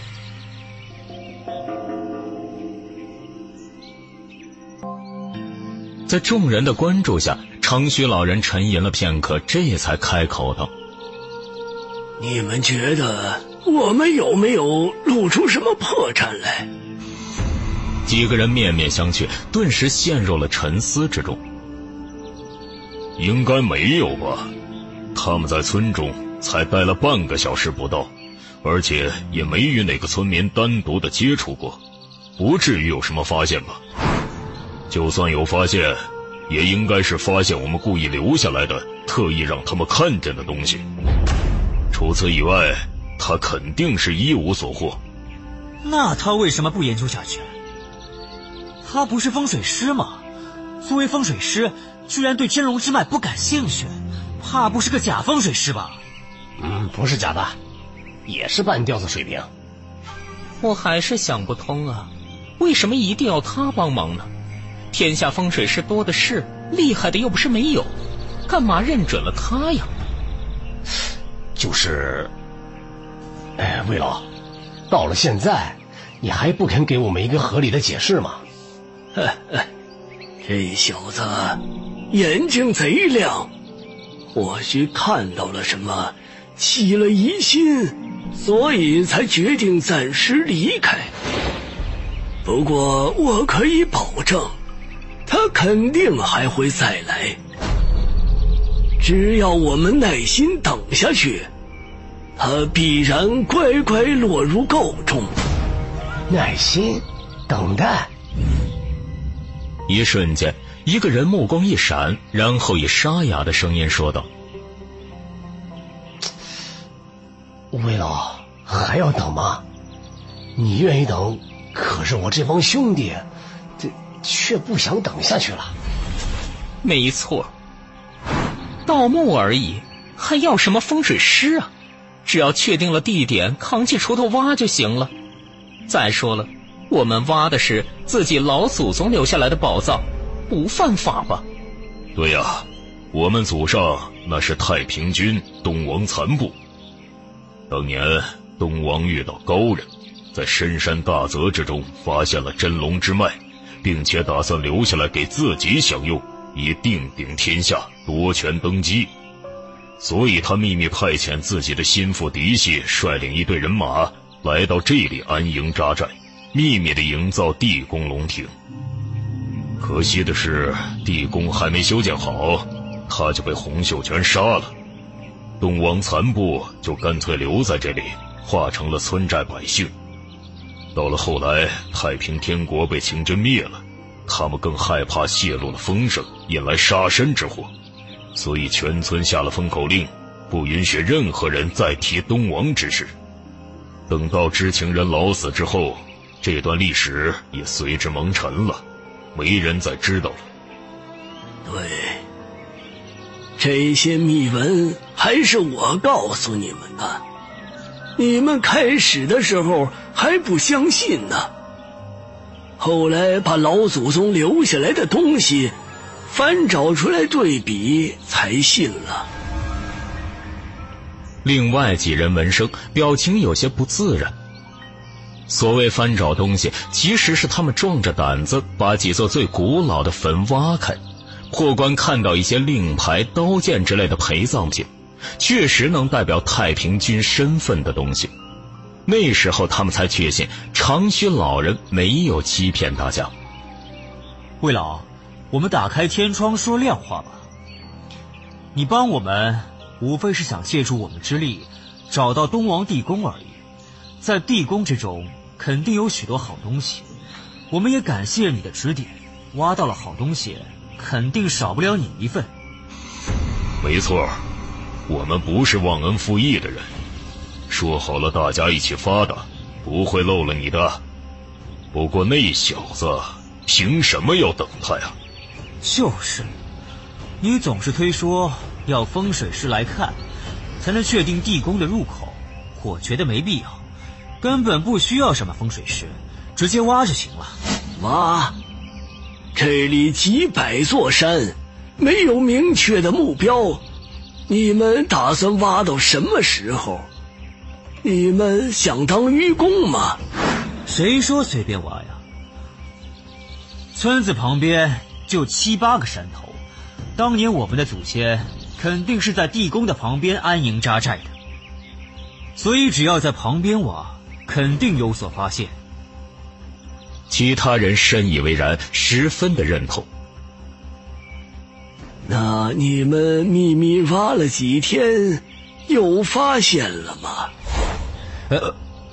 在众人的关注下，长须老人沉吟了片刻，这才开口道： 你们觉得我们有没有露出什么破绽来？ 几个人面面相觑，顿时陷入了沉思之中。 应该没有吧，他们在村中才待了半个小时不到，而且也没与哪个村民单独的接触过，不至于有什么发现吧。就算有发现，也应该是发现我们故意留下来的，特意让他们看见的东西。除此以外，他肯定是一无所获。 那他为什么不研究下去？他不是风水师吗？作为风水师，居然对真龙之脉不感兴趣，怕不是个假风水师吧？ 嗯，不是假的，也是半吊子水平。 我还是想不通啊，为什么一定要他帮忙呢？天下风水师多的是，厉害的又不是没有，干嘛认准了他呀？ 就是，哎，魏老，到了现在，你还不肯给我们一个合理的解释吗？ 这小子眼睛贼亮，或许看到了什么，起了疑心，所以才决定暂时离开。不过我可以保证，他肯定还会再来。只要我们耐心等下去，他必然乖乖落入沟中。 耐心等待。 一瞬间，一个人目光一闪，然后以沙哑的声音说道： 魏老，还要等吗？你愿意等，可是我这帮兄弟这却不想等下去了。 没错，盗墓而已，还要什么风水师啊？只要确定了地点，扛起锄头挖就行了。再说了，我们挖的是自己老祖宗留下来的宝藏，不犯法吧？ 对呀，我们祖上那是太平军东王残部。当年东王遇到高人，在深山大泽之中发现了真龙之脉，并且打算留下来给自己享用，以定鼎天下，夺权登基。所以他秘密派遣自己的心腹嫡系率领一队人马来到这里安营扎寨，秘密地营造地宫龙庭。可惜的是，地宫还没修建好，他就被洪秀全杀了。东王残部就干脆留在这里，化成了村寨百姓。到了后来，太平天国被清真灭了，他们更害怕泄露了风声，引来杀身之祸，所以全村下了封口令，不允许任何人再提东王之事。等到知情人老死之后，这段历史也随之蒙尘了，没人再知道了。 对，这些秘闻还是我告诉你们的，你们开始的时候还不相信呢，后来把老祖宗留下来的东西翻找出来对比，才信了。 另外几人闻声，表情有些不自然。所谓翻找东西，其实是他们壮着胆子把几座最古老的坟挖开，或观看到一些令牌、刀剑之类的陪葬品，确实能代表太平军身份的东西。那时候他们才确信长须老人没有欺骗大家。 魏老，我们打开天窗说亮话吧。你帮我们无非是想借助我们之力找到东王地宫而已，在地宫之中肯定有许多好东西，我们也感谢你的指点，挖到了好东西，肯定少不了你一份。 没错，我们不是忘恩负义的人，说好了大家一起发的，不会漏了你的。不过那小子凭什么要等他呀？ 就是，你总是推说要风水师来看才能确定地宫的入口， 我觉得没必要，根本不需要什么风水师，直接挖就行了。 挖？这里几百座山，没有明确的目标，你们打算挖到什么时候？你们想当愚公吗？ 谁说随便挖呀？村子旁边就七八个山头，当年我们的祖先肯定是在地宫的旁边安营扎寨的，所以只要在旁边挖，肯定有所发现。 其他人深以为然，十分的认同。 那你们秘密挖了几天，有发现了吗？ 呃，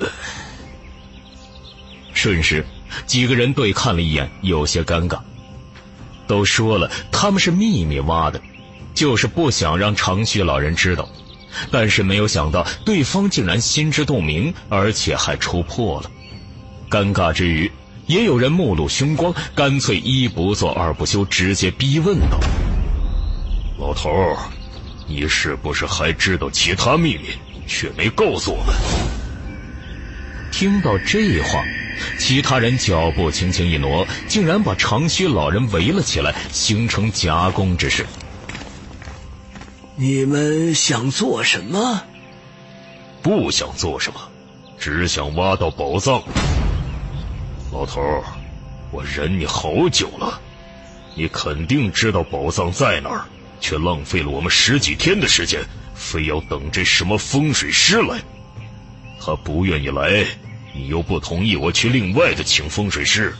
瞬时几个人对看了一眼，有些尴尬。都说了他们是秘密挖的，就是不想让长须老人知道，但是没有想到对方竟然心知肚明，而且还戳破了。尴尬之余，也有人目露凶光，干脆一不做二不休，直接逼问道： 老头儿，你是不是还知道其他秘密，却没告诉我们？ 听到这话，其他人脚步轻轻一挪，竟然把长须老人围了起来，形成夹攻之势。 你们想做什么？ 不想做什么，只想挖到宝藏。老头儿，我忍你好久了，你肯定知道宝藏在哪儿，却浪费了我们十几天的时间，非要等这什么风水师来。他不愿意来，你又不同意我去另外的请风水师。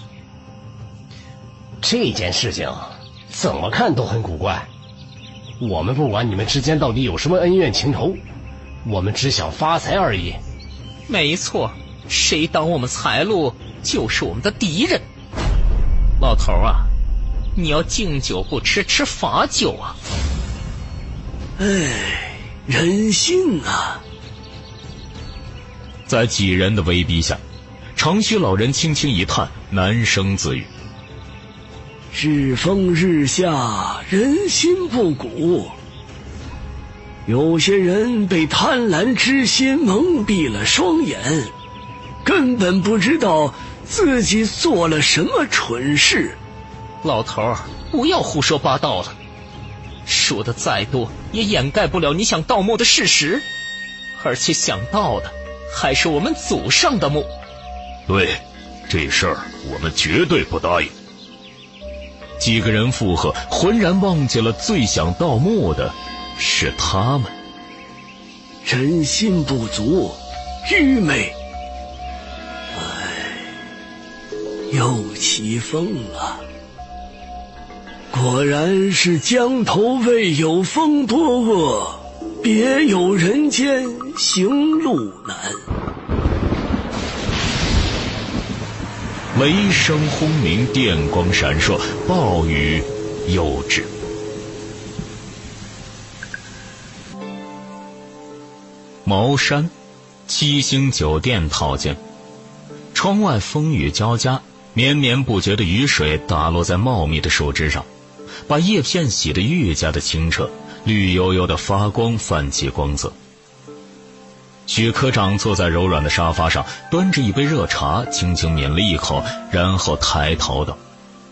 这件事情怎么看都很古怪。我们不管你们之间到底有什么恩怨情仇，我们只想发财而已。 没错，谁挡我们财路就是我们的敌人。老头啊，你要敬酒不吃吃罚酒啊。 哎，人性啊。 在几人的威逼下，长须老人轻轻一叹，难声自语： 日风日下，人心不古。有些人被贪婪之心蒙蔽了双眼，根本不知道自己做了什么蠢事。 老头儿，不要胡说八道了，说的再多也掩盖不了你想盗墓的事实，而且想盗的还是我们祖上的墓。 对，这事儿我们绝对不答应。 几个人附和，浑然忘记了最想盗墓的是他们。 人心不足，愚昧。唉，又起风了。果然是江头未有风多恶，别有人间行路难。 雷声轰鸣，电光闪烁，暴雨又至。茅山七星酒店套间，窗外风雨交加，绵绵不绝的雨水打落在茂密的树枝上，把叶片洗得愈加的清澈，绿油油的发光，泛起光泽。许科长坐在柔软的沙发上，端着一杯热茶，轻轻抿了一口，然后抬头道：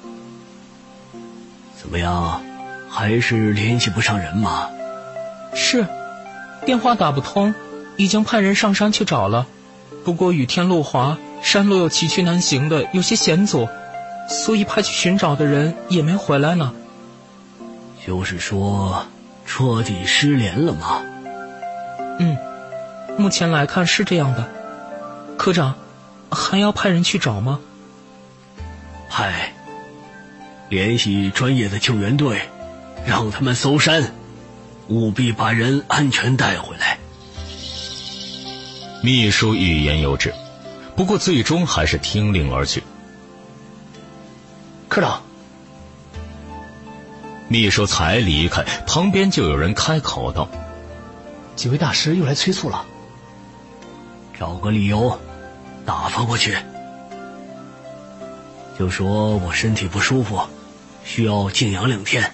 怎么样，还是联系不上人吗？ 是，电话打不通，已经派人上山去找了，不过雨天路滑，山路又崎岖难行的，有些险阻，所以派去寻找的人也没回来呢。 就是说彻底失联了吗？ 嗯，目前来看是这样的。科长，还要派人去找吗？ 派，联系专业的救援队，让他们搜山，务必把人安全带回来。 秘书欲言又止，不过最终还是听令而去。 科长， 秘书才离开，旁边就有人开口道： 几位大师又来催促了。 找个理由打发过去，就说我身体不舒服，需要静养两天。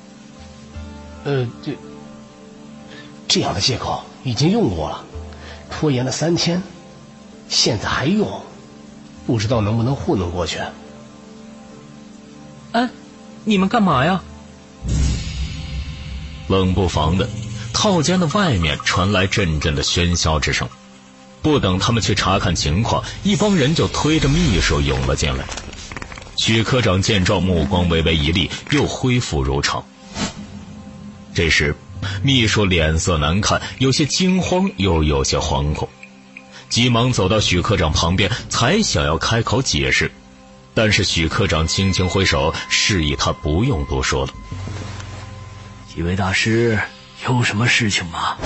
呃，这这样的借口已经用过了， 拖延了三天，现在还用，不知道能不能糊弄过去。 哎，你们干嘛呀？ 冷不防的，套间的外面传来阵阵的喧嚣之声。不等他们去查看情况，一帮人就推着秘书涌了进来。许科长见状，目光微微一厉，又恢复如常。这时秘书脸色难看，有些惊慌又有些惶恐，急忙走到许科长旁边，才想要开口解释，但是许科长轻轻挥手，示意他不用多说了。 几位大师，有什么事情吗？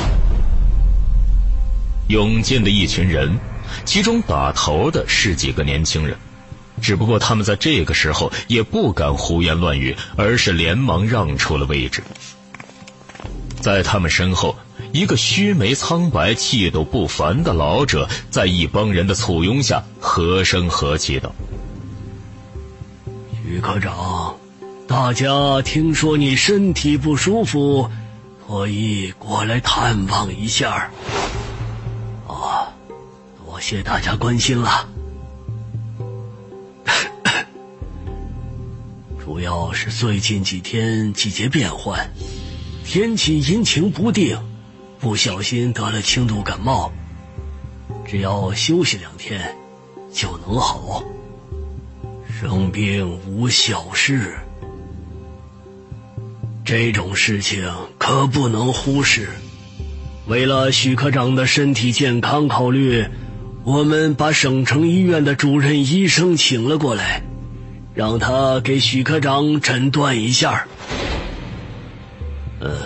涌进的一群人，其中打头的是几个年轻人，只不过他们在这个时候也不敢胡言乱语，而是连忙让出了位置。在他们身后，一个须眉苍白、气度不凡的老者，在一帮人的簇拥下和声和气道： 许科长，大家听说你身体不舒服，特意过来探望一下。哦，多谢大家关心了。主要是最近几天季节变换，天气阴晴不定，不小心得了轻度感冒，只要休息两天就能好。生病无小事，这种事情可不能忽视。为了许科长的身体健康考虑，我们把省城医院的主任医生请了过来，让他给许科长诊断一下。呃，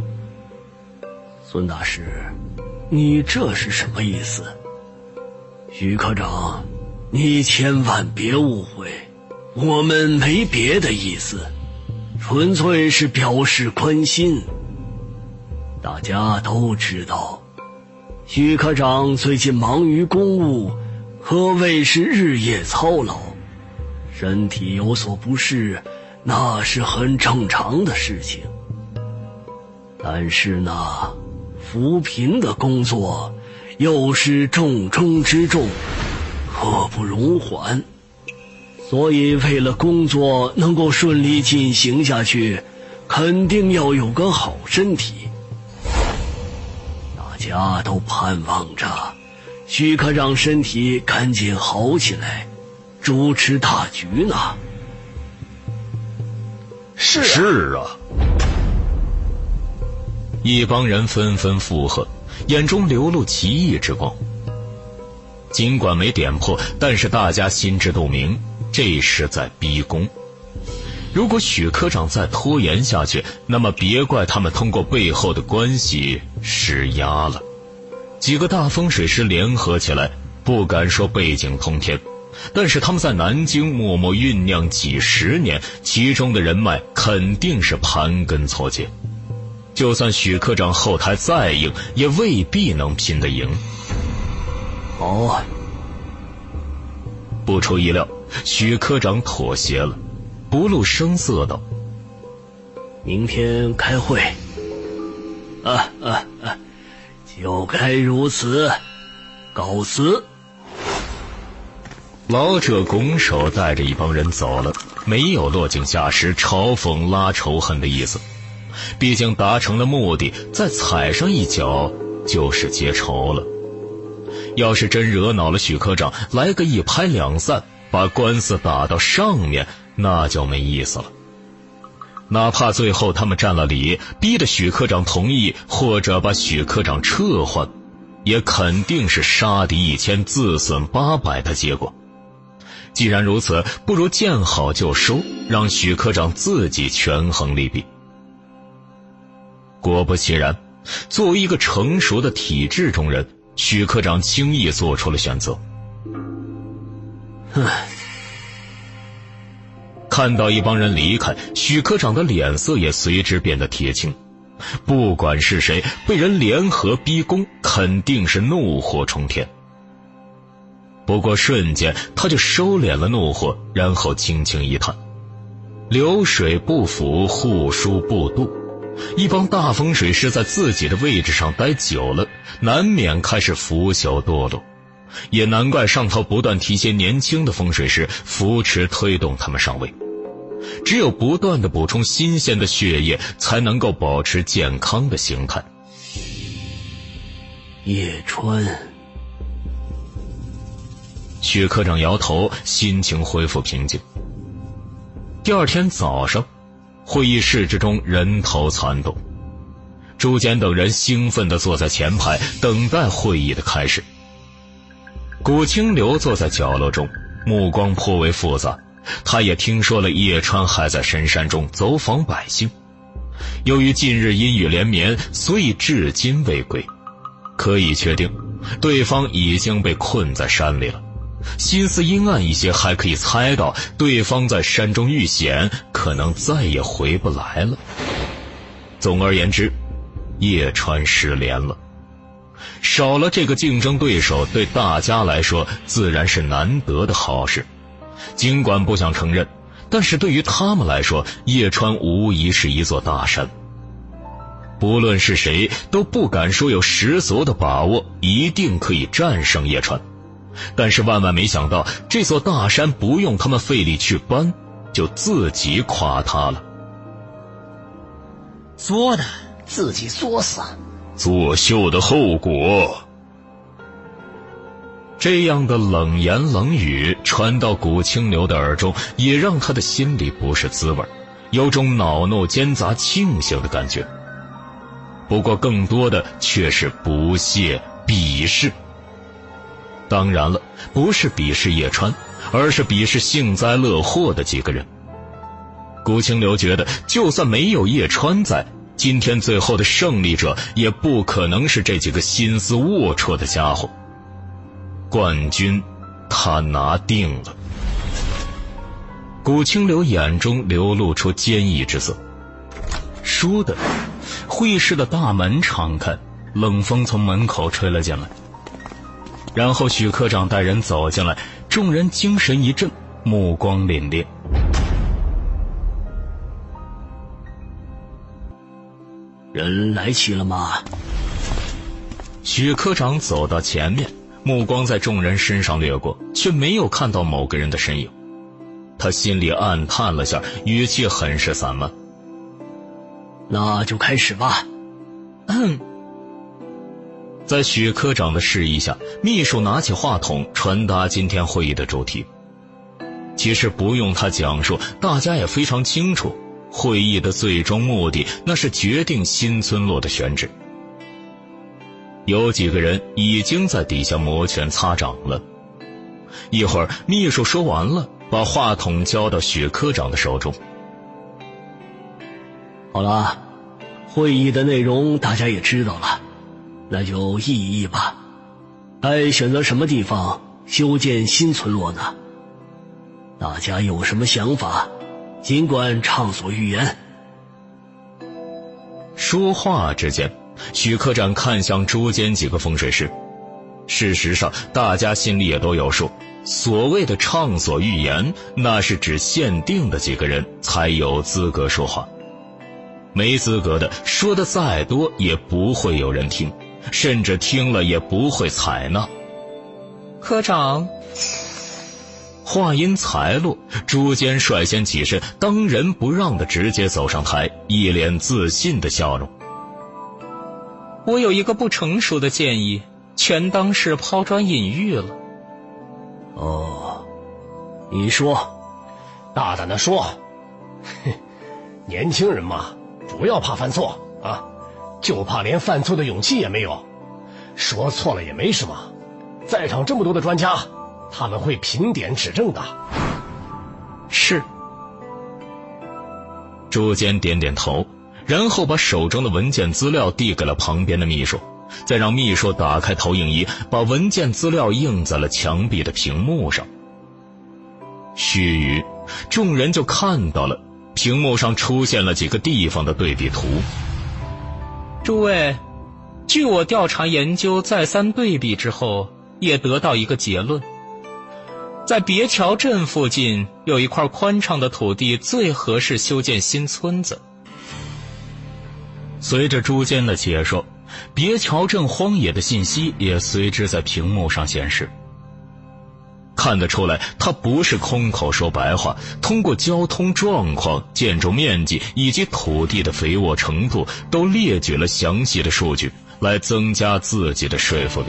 孙大师，你这是什么意思？许科长，你千万别误会，我们没别的意思，纯粹是表示关心。大家都知道，许科长最近忙于公务，可谓是日夜操劳，身体有所不适，那是很正常的事情。但是呢，扶贫的工作又是重中之重，刻不容缓。所以为了工作能够顺利进行下去，肯定要有个好身体。大家都盼望着许科长身体赶紧好起来，主持大局呢。 是啊， 是啊。 一帮人纷纷附和，眼中流露奇异之光。尽管没点破，但是大家心知肚明，这是在逼宫。如果许科长再拖延下去，那么别怪他们通过背后的关系施压了。几个大风水师联合起来，不敢说背景通天，但是他们在南京默默酝酿几十年，其中的人脉肯定是盘根错节。就算许科长后台再硬，也未必能拼得赢。 好， 不出意料，许科长妥协了，不露声色道： 明天开会。啊啊啊，就该如此，告辞。 老者拱手带着一帮人走了，没有落井下石、嘲讽拉仇恨的意思。毕竟达成了目的，再踩上一脚就是结仇了。要是真惹恼了许科长，来个一拍两散，把官司打到上面，那就没意思了。哪怕最后他们占了理，逼着许科长同意，或者把许科长撤换，也肯定是杀敌一千自损八百的结果。既然如此，不如见好就收，让许科长自己权衡利弊。果不其然，作为一个成熟的体制中人，许科长轻易做出了选择。 哼。 看到一帮人离开，许科长的脸色也随之变得铁青。不管是谁，被人联合逼宫，肯定是怒火冲天。不过瞬间他就收敛了怒火，然后轻轻一叹：流水不腐，户枢不蠹， 一帮大风水师在自己的位置上待久了，难免开始腐朽堕落，也难怪上头不断提携年轻的风水师，扶持推动他们上位。只有不断地补充新鲜的血液，才能够保持健康的形态。 叶川， 许科长摇头，心情恢复平静。第二天早上，会议室之中人头攒动，朱坚等人兴奋地坐在前排，等待会议的开始。古清流坐在角落中，目光颇为复杂。他也听说了叶川还在深山中走访百姓，由于近日阴雨连绵，所以至今未归。可以确定，对方已经被困在山里了。心思阴暗一些，还可以猜到对方在山中遇险，可能再也回不来了。总而言之，叶川失联了。少了这个竞争对手，对大家来说自然是难得的好事。尽管不想承认，但是对于他们来说，叶川无疑是一座大山。不论是谁，都不敢说有十足的把握一定可以战胜叶川。但是万万没想到，这座大山不用他们费力去搬，就自己垮塌了。 作的， 自己作死， 作秀的后果。 这样的冷言冷语传到古清流的耳中，也让他的心里不是滋味，有种恼怒兼杂庆幸的感觉。不过更多的却是不屑、鄙视。当然了，不是鄙视叶川，而是鄙视幸灾乐祸的几个人。古清流觉得，就算没有叶川在，今天最后的胜利者也不可能是这几个心思龌龊的家伙。冠军他拿定了。古清流眼中流露出坚毅之色。 倏地，会议室的大门敞开，冷风从门口吹了进来。然后许科长带人走进来，众人精神一振，目光凛冽。 人来齐了吗？ 许科长走到前面，目光在众人身上掠过，却没有看到某个人的身影。他心里暗叹了下，语气很是散漫。 那就开始吧。 嗯。在许科长的示意下，秘书拿起话筒传达今天会议的主题。其实不用他讲述，大家也非常清楚，会议的最终目的那是决定新村落的选址。有几个人已经在底下摩拳擦掌了。一会儿秘书说完了，把话筒交到许科长的手中。 好了，会议的内容大家也知道了，那就议议吧。该选择什么地方修建新村落呢？大家有什么想法，尽管畅所欲言。 说话之间，许科长看向诸间几个风水师。事实上大家心里也都有数，所谓的畅所欲言，那是指限定的几个人才有资格说话，没资格的说的再多也不会有人听，甚至听了也不会采纳。 科长， 话音才落，朱坚率先起身，当仁不让地直接走上台，一脸自信的笑容。 我有一个不成熟的建议，全当是抛砖引玉了。 哦，你说。 大胆地说。哼，年轻人嘛，不要怕犯错啊，就怕连犯错的勇气也没有。说错了也没什么，在场这么多的专家，他们会评点指正的。 是。 朱坚点点头，然后把手中的文件资料递给了旁边的秘书，再让秘书打开投影仪，把文件资料映在了墙壁的屏幕上。须臾，众人就看到了屏幕上出现了几个地方的对比图。 诸位，据我调查研究再三对比之后，也得到一个结论，在别桥镇附近有一块宽敞的土地最合适修建新村子。 随着朱坚的解说，别桥镇荒野的信息也随之在屏幕上显示。看得出来，他不是空口说白话，通过交通状况、建筑面积以及土地的肥沃程度，都列举了详细的数据，来增加自己的说服力。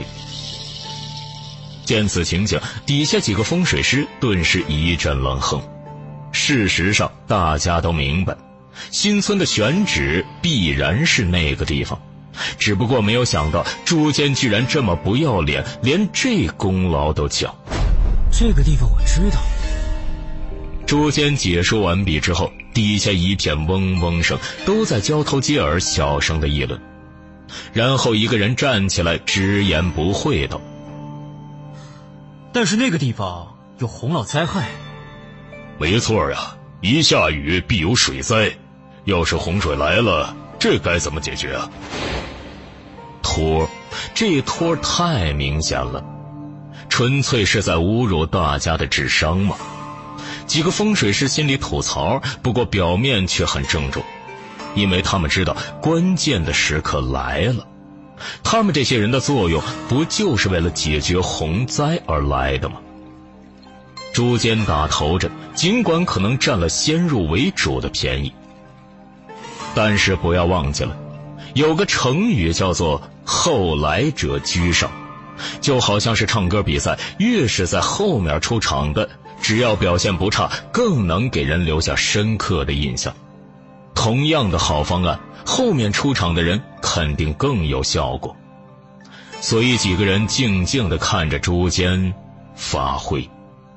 见此情景，底下几个风水师顿时一阵冷哼。事实上，大家都明白，新村的选址必然是那个地方，只不过没有想到朱坚居然这么不要脸，连这功劳都抢。 这个地方我知道。 朱坚解说完毕之后，底下一片嗡嗡声，都在交头接耳小声的议论。然后一个人站起来直言不讳道： 但是那个地方有洪涝灾害。 没错呀，一下雨必有水灾，要是洪水来了，这该怎么解决啊？ 托，这托太明显了，纯粹是在侮辱大家的智商嘛。几个风水师心里吐槽，不过表面却很郑重，因为他们知道关键的时刻来了。他们这些人的作用不就是为了解决洪灾而来的吗？朱坚打头阵，尽管可能占了先入为主的便宜，但是不要忘记了，有个成语叫做后来者居上，就好像是唱歌比赛，越是在后面出场的，只要表现不差，更能给人留下深刻的印象。同样的好方案，后面出场的人肯定更有效果。所以几个人静静地看着朱坚发挥。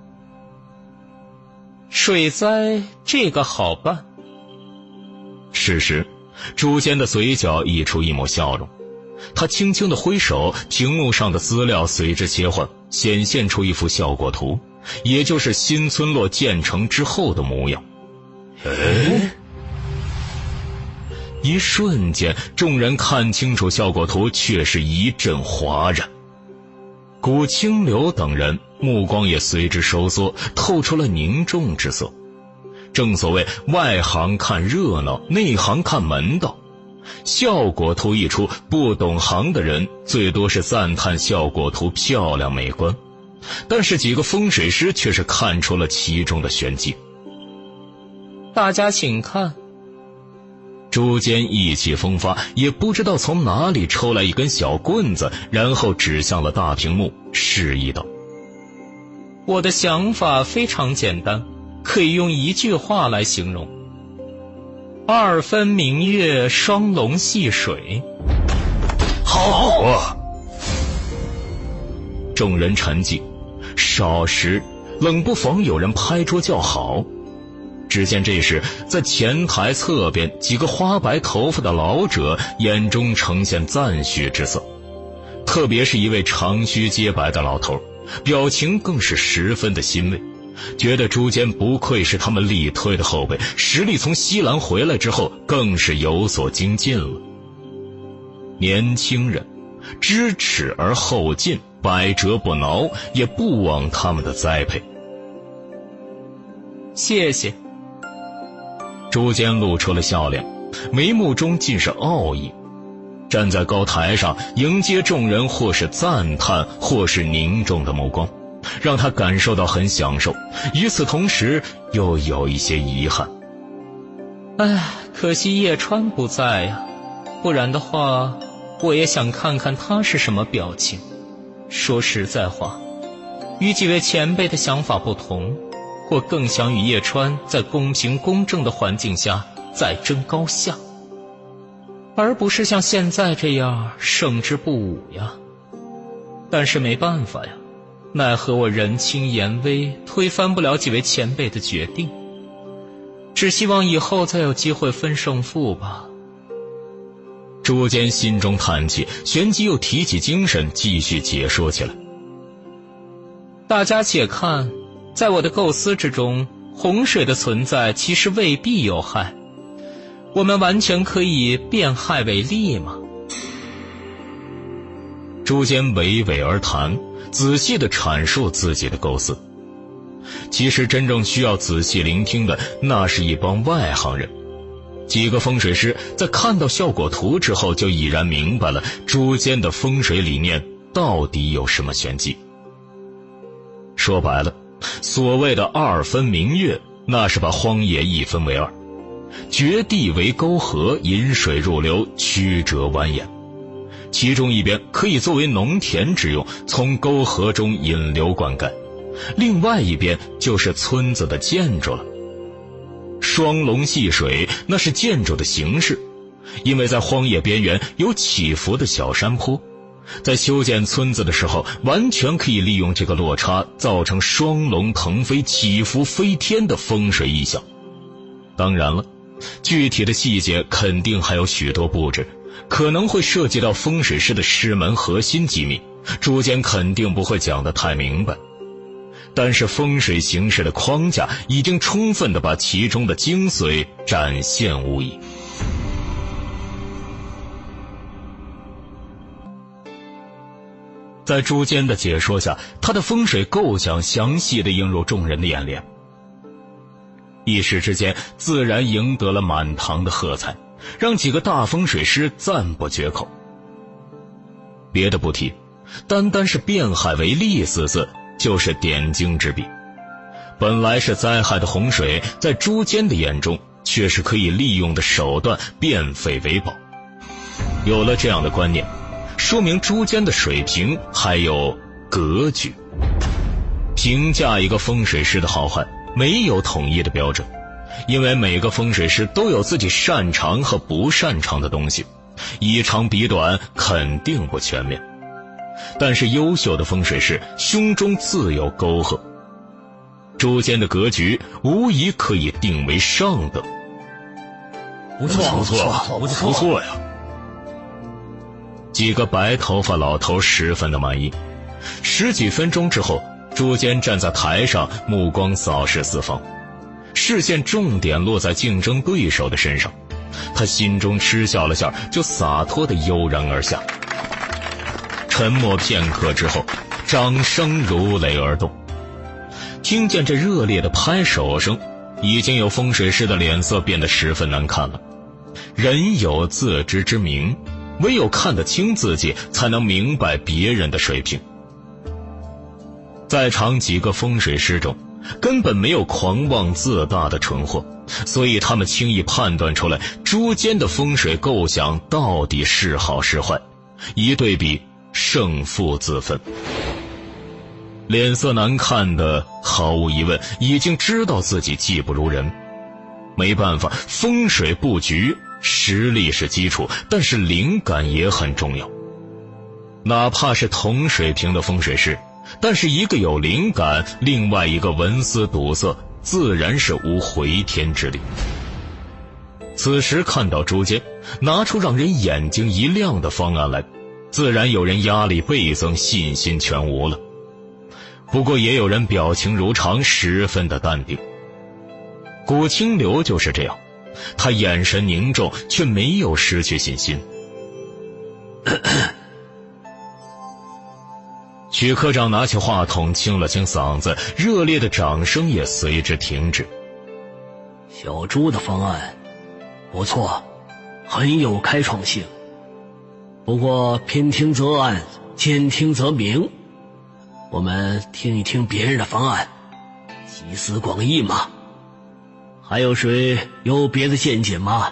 水灾这个好办。 事实，朱坚的嘴角溢出一抹笑容，他轻轻地挥手，屏幕上的资料随之切换，显现出一幅效果图，也就是新村落建成之后的模样。 哎， 一瞬间，众人看清楚效果图，却是一阵哗然。古清流等人目光也随之收缩，透出了凝重之色。正所谓外行看热闹，内行看门道。效果图一出，不懂行的人最多是赞叹效果图漂亮美观，但是几个风水师却是看出了其中的玄机。 大家请看。 朱坚意气风发，也不知道从哪里抽来一根小棍子，然后指向了大屏幕，示意道： 我的想法非常简单，可以用一句话来形容：二分明月，双龙戏水。 好啊！ 众人沉寂，少时冷不防有人拍桌叫好。只见这时，在前台侧边，几个花白头发的老者眼中呈现赞许之色，特别是一位长须洁白的老头，表情更是十分的欣慰，觉得朱坚不愧是他们力推的后辈，实力从西兰回来之后更是有所精进了。年轻人知耻而后进，百折不挠，也不枉他们的栽培。 谢谢。 朱坚露出了笑脸，眉目中尽是傲意。站在高台上，迎接众人或是赞叹，或是凝重的目光，让他感受到很享受，与此同时又有一些遗憾。 唉，可惜叶川不在呀、啊，不然的话，我也想看看他是什么表情。说实在话，与几位前辈的想法不同，我更想与叶川在公平公正的环境下再争高下，而不是像现在这样胜之不武呀。但是没办法呀，奈何我人轻言微，推翻不了几位前辈的决定。只希望以后再有机会分胜负吧。 朱坚心中叹气，旋即又提起精神，继续解说起来。 大家且看，在我的构思之中，洪水的存在其实未必有害，我们完全可以变害为利嘛。 朱坚娓娓而谈，仔细地阐述自己的构思。其实真正需要仔细聆听的，那是一帮外行人。 几个风水师在看到效果图之后，就已然明白了诸间的风水理念到底有什么玄机。说白了，所谓的二分明月，那是把荒野一分为二，绝地为沟河，引水入流，曲折蜿蜒。其中一边可以作为农田之用，从沟河中引流灌溉，另外一边就是村子的建筑了。双龙戏水，那是建筑的形式，因为在荒野边缘有起伏的小山坡，在修建村子的时候，完全可以利用这个落差，造成双龙腾飞、起伏飞天的风水意象。当然了，具体的细节肯定还有许多布置，可能会涉及到风水师的师门核心机密，诸间肯定不会讲得太明白。但是风水形式的框架已经充分地把其中的精髓展现无疑。在诸间的解说下，他的风水构想详细地映入众人的眼帘，一时之间自然赢得了满堂的喝彩，让几个大风水师赞不绝口。别的不提，单单是变害为利四字就是点睛之笔。本来是灾害的洪水，在诸间的眼中却是可以利用的手段，变废为宝。有了这样的观念，说明诸间的水平还有格局。评价一个风水师的好坏没有统一的标准，因为每个风水师都有自己擅长和不擅长的东西，以长比短肯定不全面。但是优秀的风水师胸中自有沟壑，诸间的格局无疑可以定为上等。 不错不错不错不错呀！ 几个白头发老头十分的满意。十几分钟之后，诸间站在台上，目光扫视四方，视线重点落在竞争对手的身上。他心中嗤笑了下，就洒脱地悠然而下。沉默片刻之后，掌声如雷而动。听见这热烈的拍手声，已经有风水师的脸色变得十分难看了。人有自知之明，唯有看得清自己，才能明白别人的水平。在场几个风水师中，根本没有狂妄自大的蠢货，所以他们轻易判断出来诸间的风水构想到底是好是坏，一对比，胜负自分。脸色难看的毫无疑问已经知道自己技不如人。没办法，风水布局实力是基础，但是灵感也很重要。哪怕是同水平的风水师，但是一个有灵感，另外一个文思堵塞，自然是无回天之力。此时看到诸间拿出让人眼睛一亮的方案来，自然有人压力倍增，信心全无了。不过也有人表情如常，十分的淡定。古清流就是这样，他眼神凝重，却没有失去信心。许科长拿起话筒清了清嗓子，热烈的掌声也随之停止。 小朱的方案不错，很有开创性。不过偏听则暗，兼听则明，我们听一听别人的方案，集思广益嘛。还有谁有别的见解吗？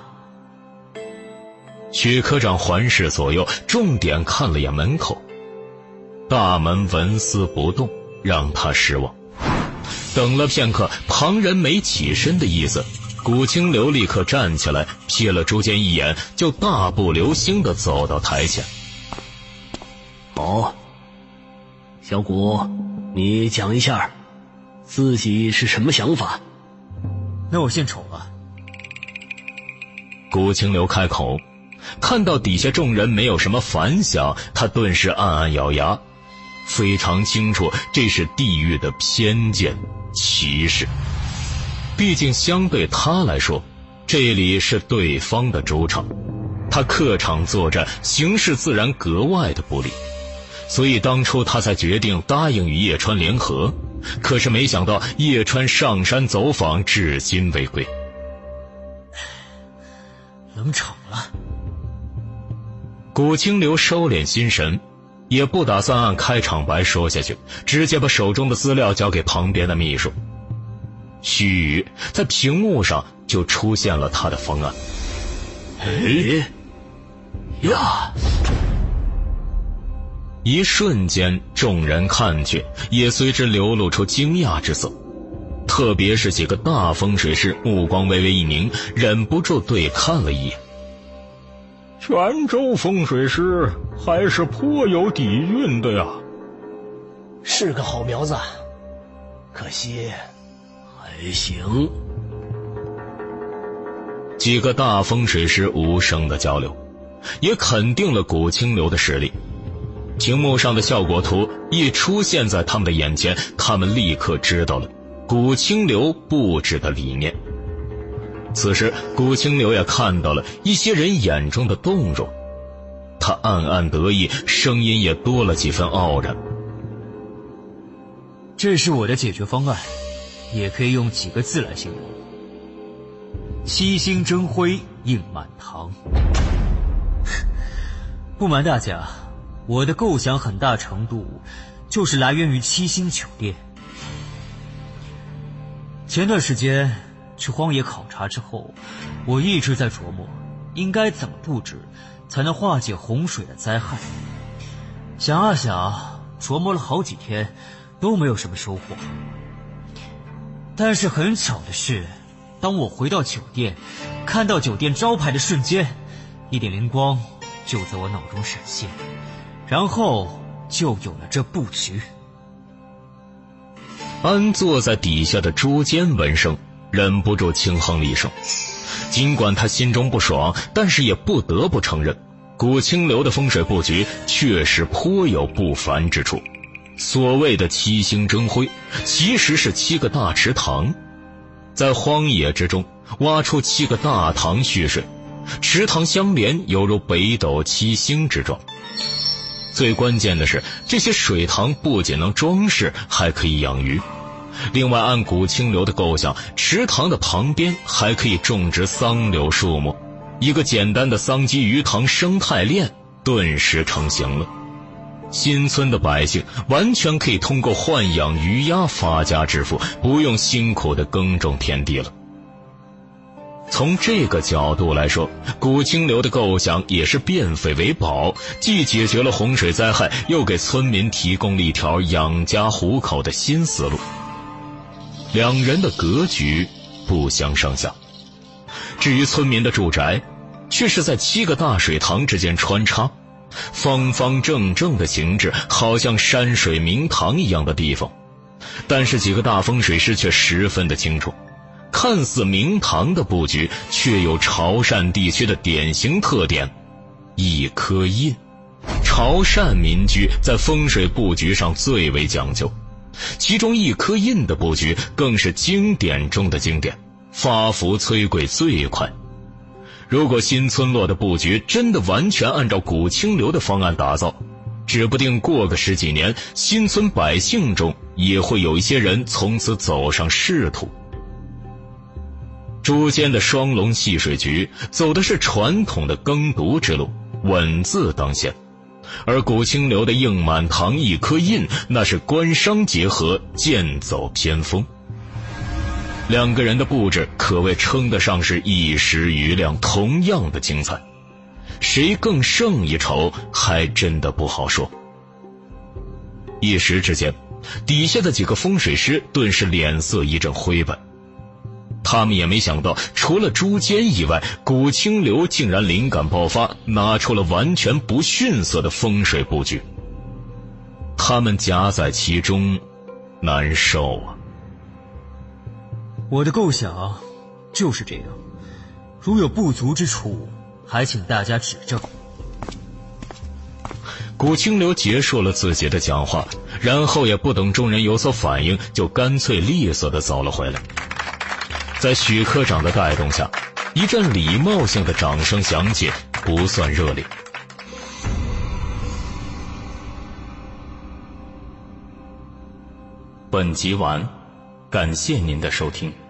许科长环视左右，重点看了眼门口，大门纹丝不动，让他失望。等了片刻，旁人没起身的意思，古清流立刻站起来，瞥了诸间一眼，就大步流星地走到台前。 好，小古，你讲一下自己是什么想法。 那我献丑了。 古清流开口，看到底下众人没有什么反响，他顿时暗暗咬牙，非常清楚这是地狱的偏见歧视。毕竟相对他来说，这里是对方的主场，他客场作战，形势自然格外的不利，所以当初他才决定答应与叶川联合。可是没想到，叶川上山走访，至今未归。 冷场了。 古清流收敛心神，也不打算按开场白说下去，直接把手中的资料交给旁边的秘书。须臾，在屏幕上就出现了他的方案。 哎呀！ 一瞬间，众人看去，也随之流露出惊讶之色。特别是几个大风水师，目光微微一凝，忍不住对看了一眼。 泉州风水师还是颇有底蕴的呀。 是个好苗子，可惜还行。 几个大风水师无声的交流，也肯定了古清流的实力。屏幕上的效果图一出现在他们的眼前，他们立刻知道了古清流布置的理念。此时古清流也看到了一些人眼中的动容，他暗暗得意，声音也多了几分傲然。 这是我的解决方案，也可以用几个字来形容：七星争辉映满堂。不瞒大家，我的构想很大程度就是来源于七星酒店。前段时间去荒野考察之后，我一直在琢磨应该怎么布置才能化解洪水的灾害。想啊想，琢磨了好几天都没有什么收获。但是很巧的是，当我回到酒店，看到酒店招牌的瞬间，一点灵光就在我脑中闪现，然后就有了这布局。 安坐在底下的朱坚闻声忍不住轻哼了一声，尽管他心中不爽，但是也不得不承认古清流的风水布局确实颇有不凡之处。所谓的七星争辉，其实是七个大池塘，在荒野之中挖出七个大塘蓄水，池塘相连，犹如北斗七星之状。最关键的是，这些水塘不仅能装饰，还可以养鱼。另外，按古清流的构想，池塘的旁边还可以种植桑柳树木，一个简单的桑基鱼塘生态链顿时成型了。新村的百姓完全可以通过豢养鱼鸭发家致富，不用辛苦的耕种田地了。从这个角度来说，古清流的构想也是变废为宝，既解决了洪水灾害，又给村民提供了一条养家糊口的新思路。两人的格局不相上下。至于村民的住宅，却是在七个大水塘之间穿插，方方正正的形制，好像山水明堂一样的地方。但是几个大风水师却十分的清楚，看似明堂的布局却有潮汕地区的典型特点，一颗印。潮汕民居在风水布局上最为讲究，其中一颗印的布局更是经典中的经典，发福催贵最快。如果新村落的布局真的完全按照古清流的方案打造，指不定过个十几年，新村百姓中也会有一些人从此走上仕途。朱坚的双龙戏水局走的是传统的耕读之路，稳字当先，而古清流的映满堂一颗印，那是官商结合，剑走偏锋。两个人的布置可谓称得上是一时余亮，同样的精彩，谁更胜一筹还真的不好说。一时之间，底下的几个风水师顿时脸色一阵灰白。他们也没想到，除了朱坚以外，古清流竟然灵感爆发，拿出了完全不逊色的风水布局。他们夹在其中，难受啊。 我的构想就是这样，如有不足之处，还请大家指正。 古清流结束了自己的讲话，然后也不等众人有所反应，就干脆利索地走了回来。在许科长的带动下，一阵礼貌性的掌声响起，不算热烈。本集完，感谢您的收听。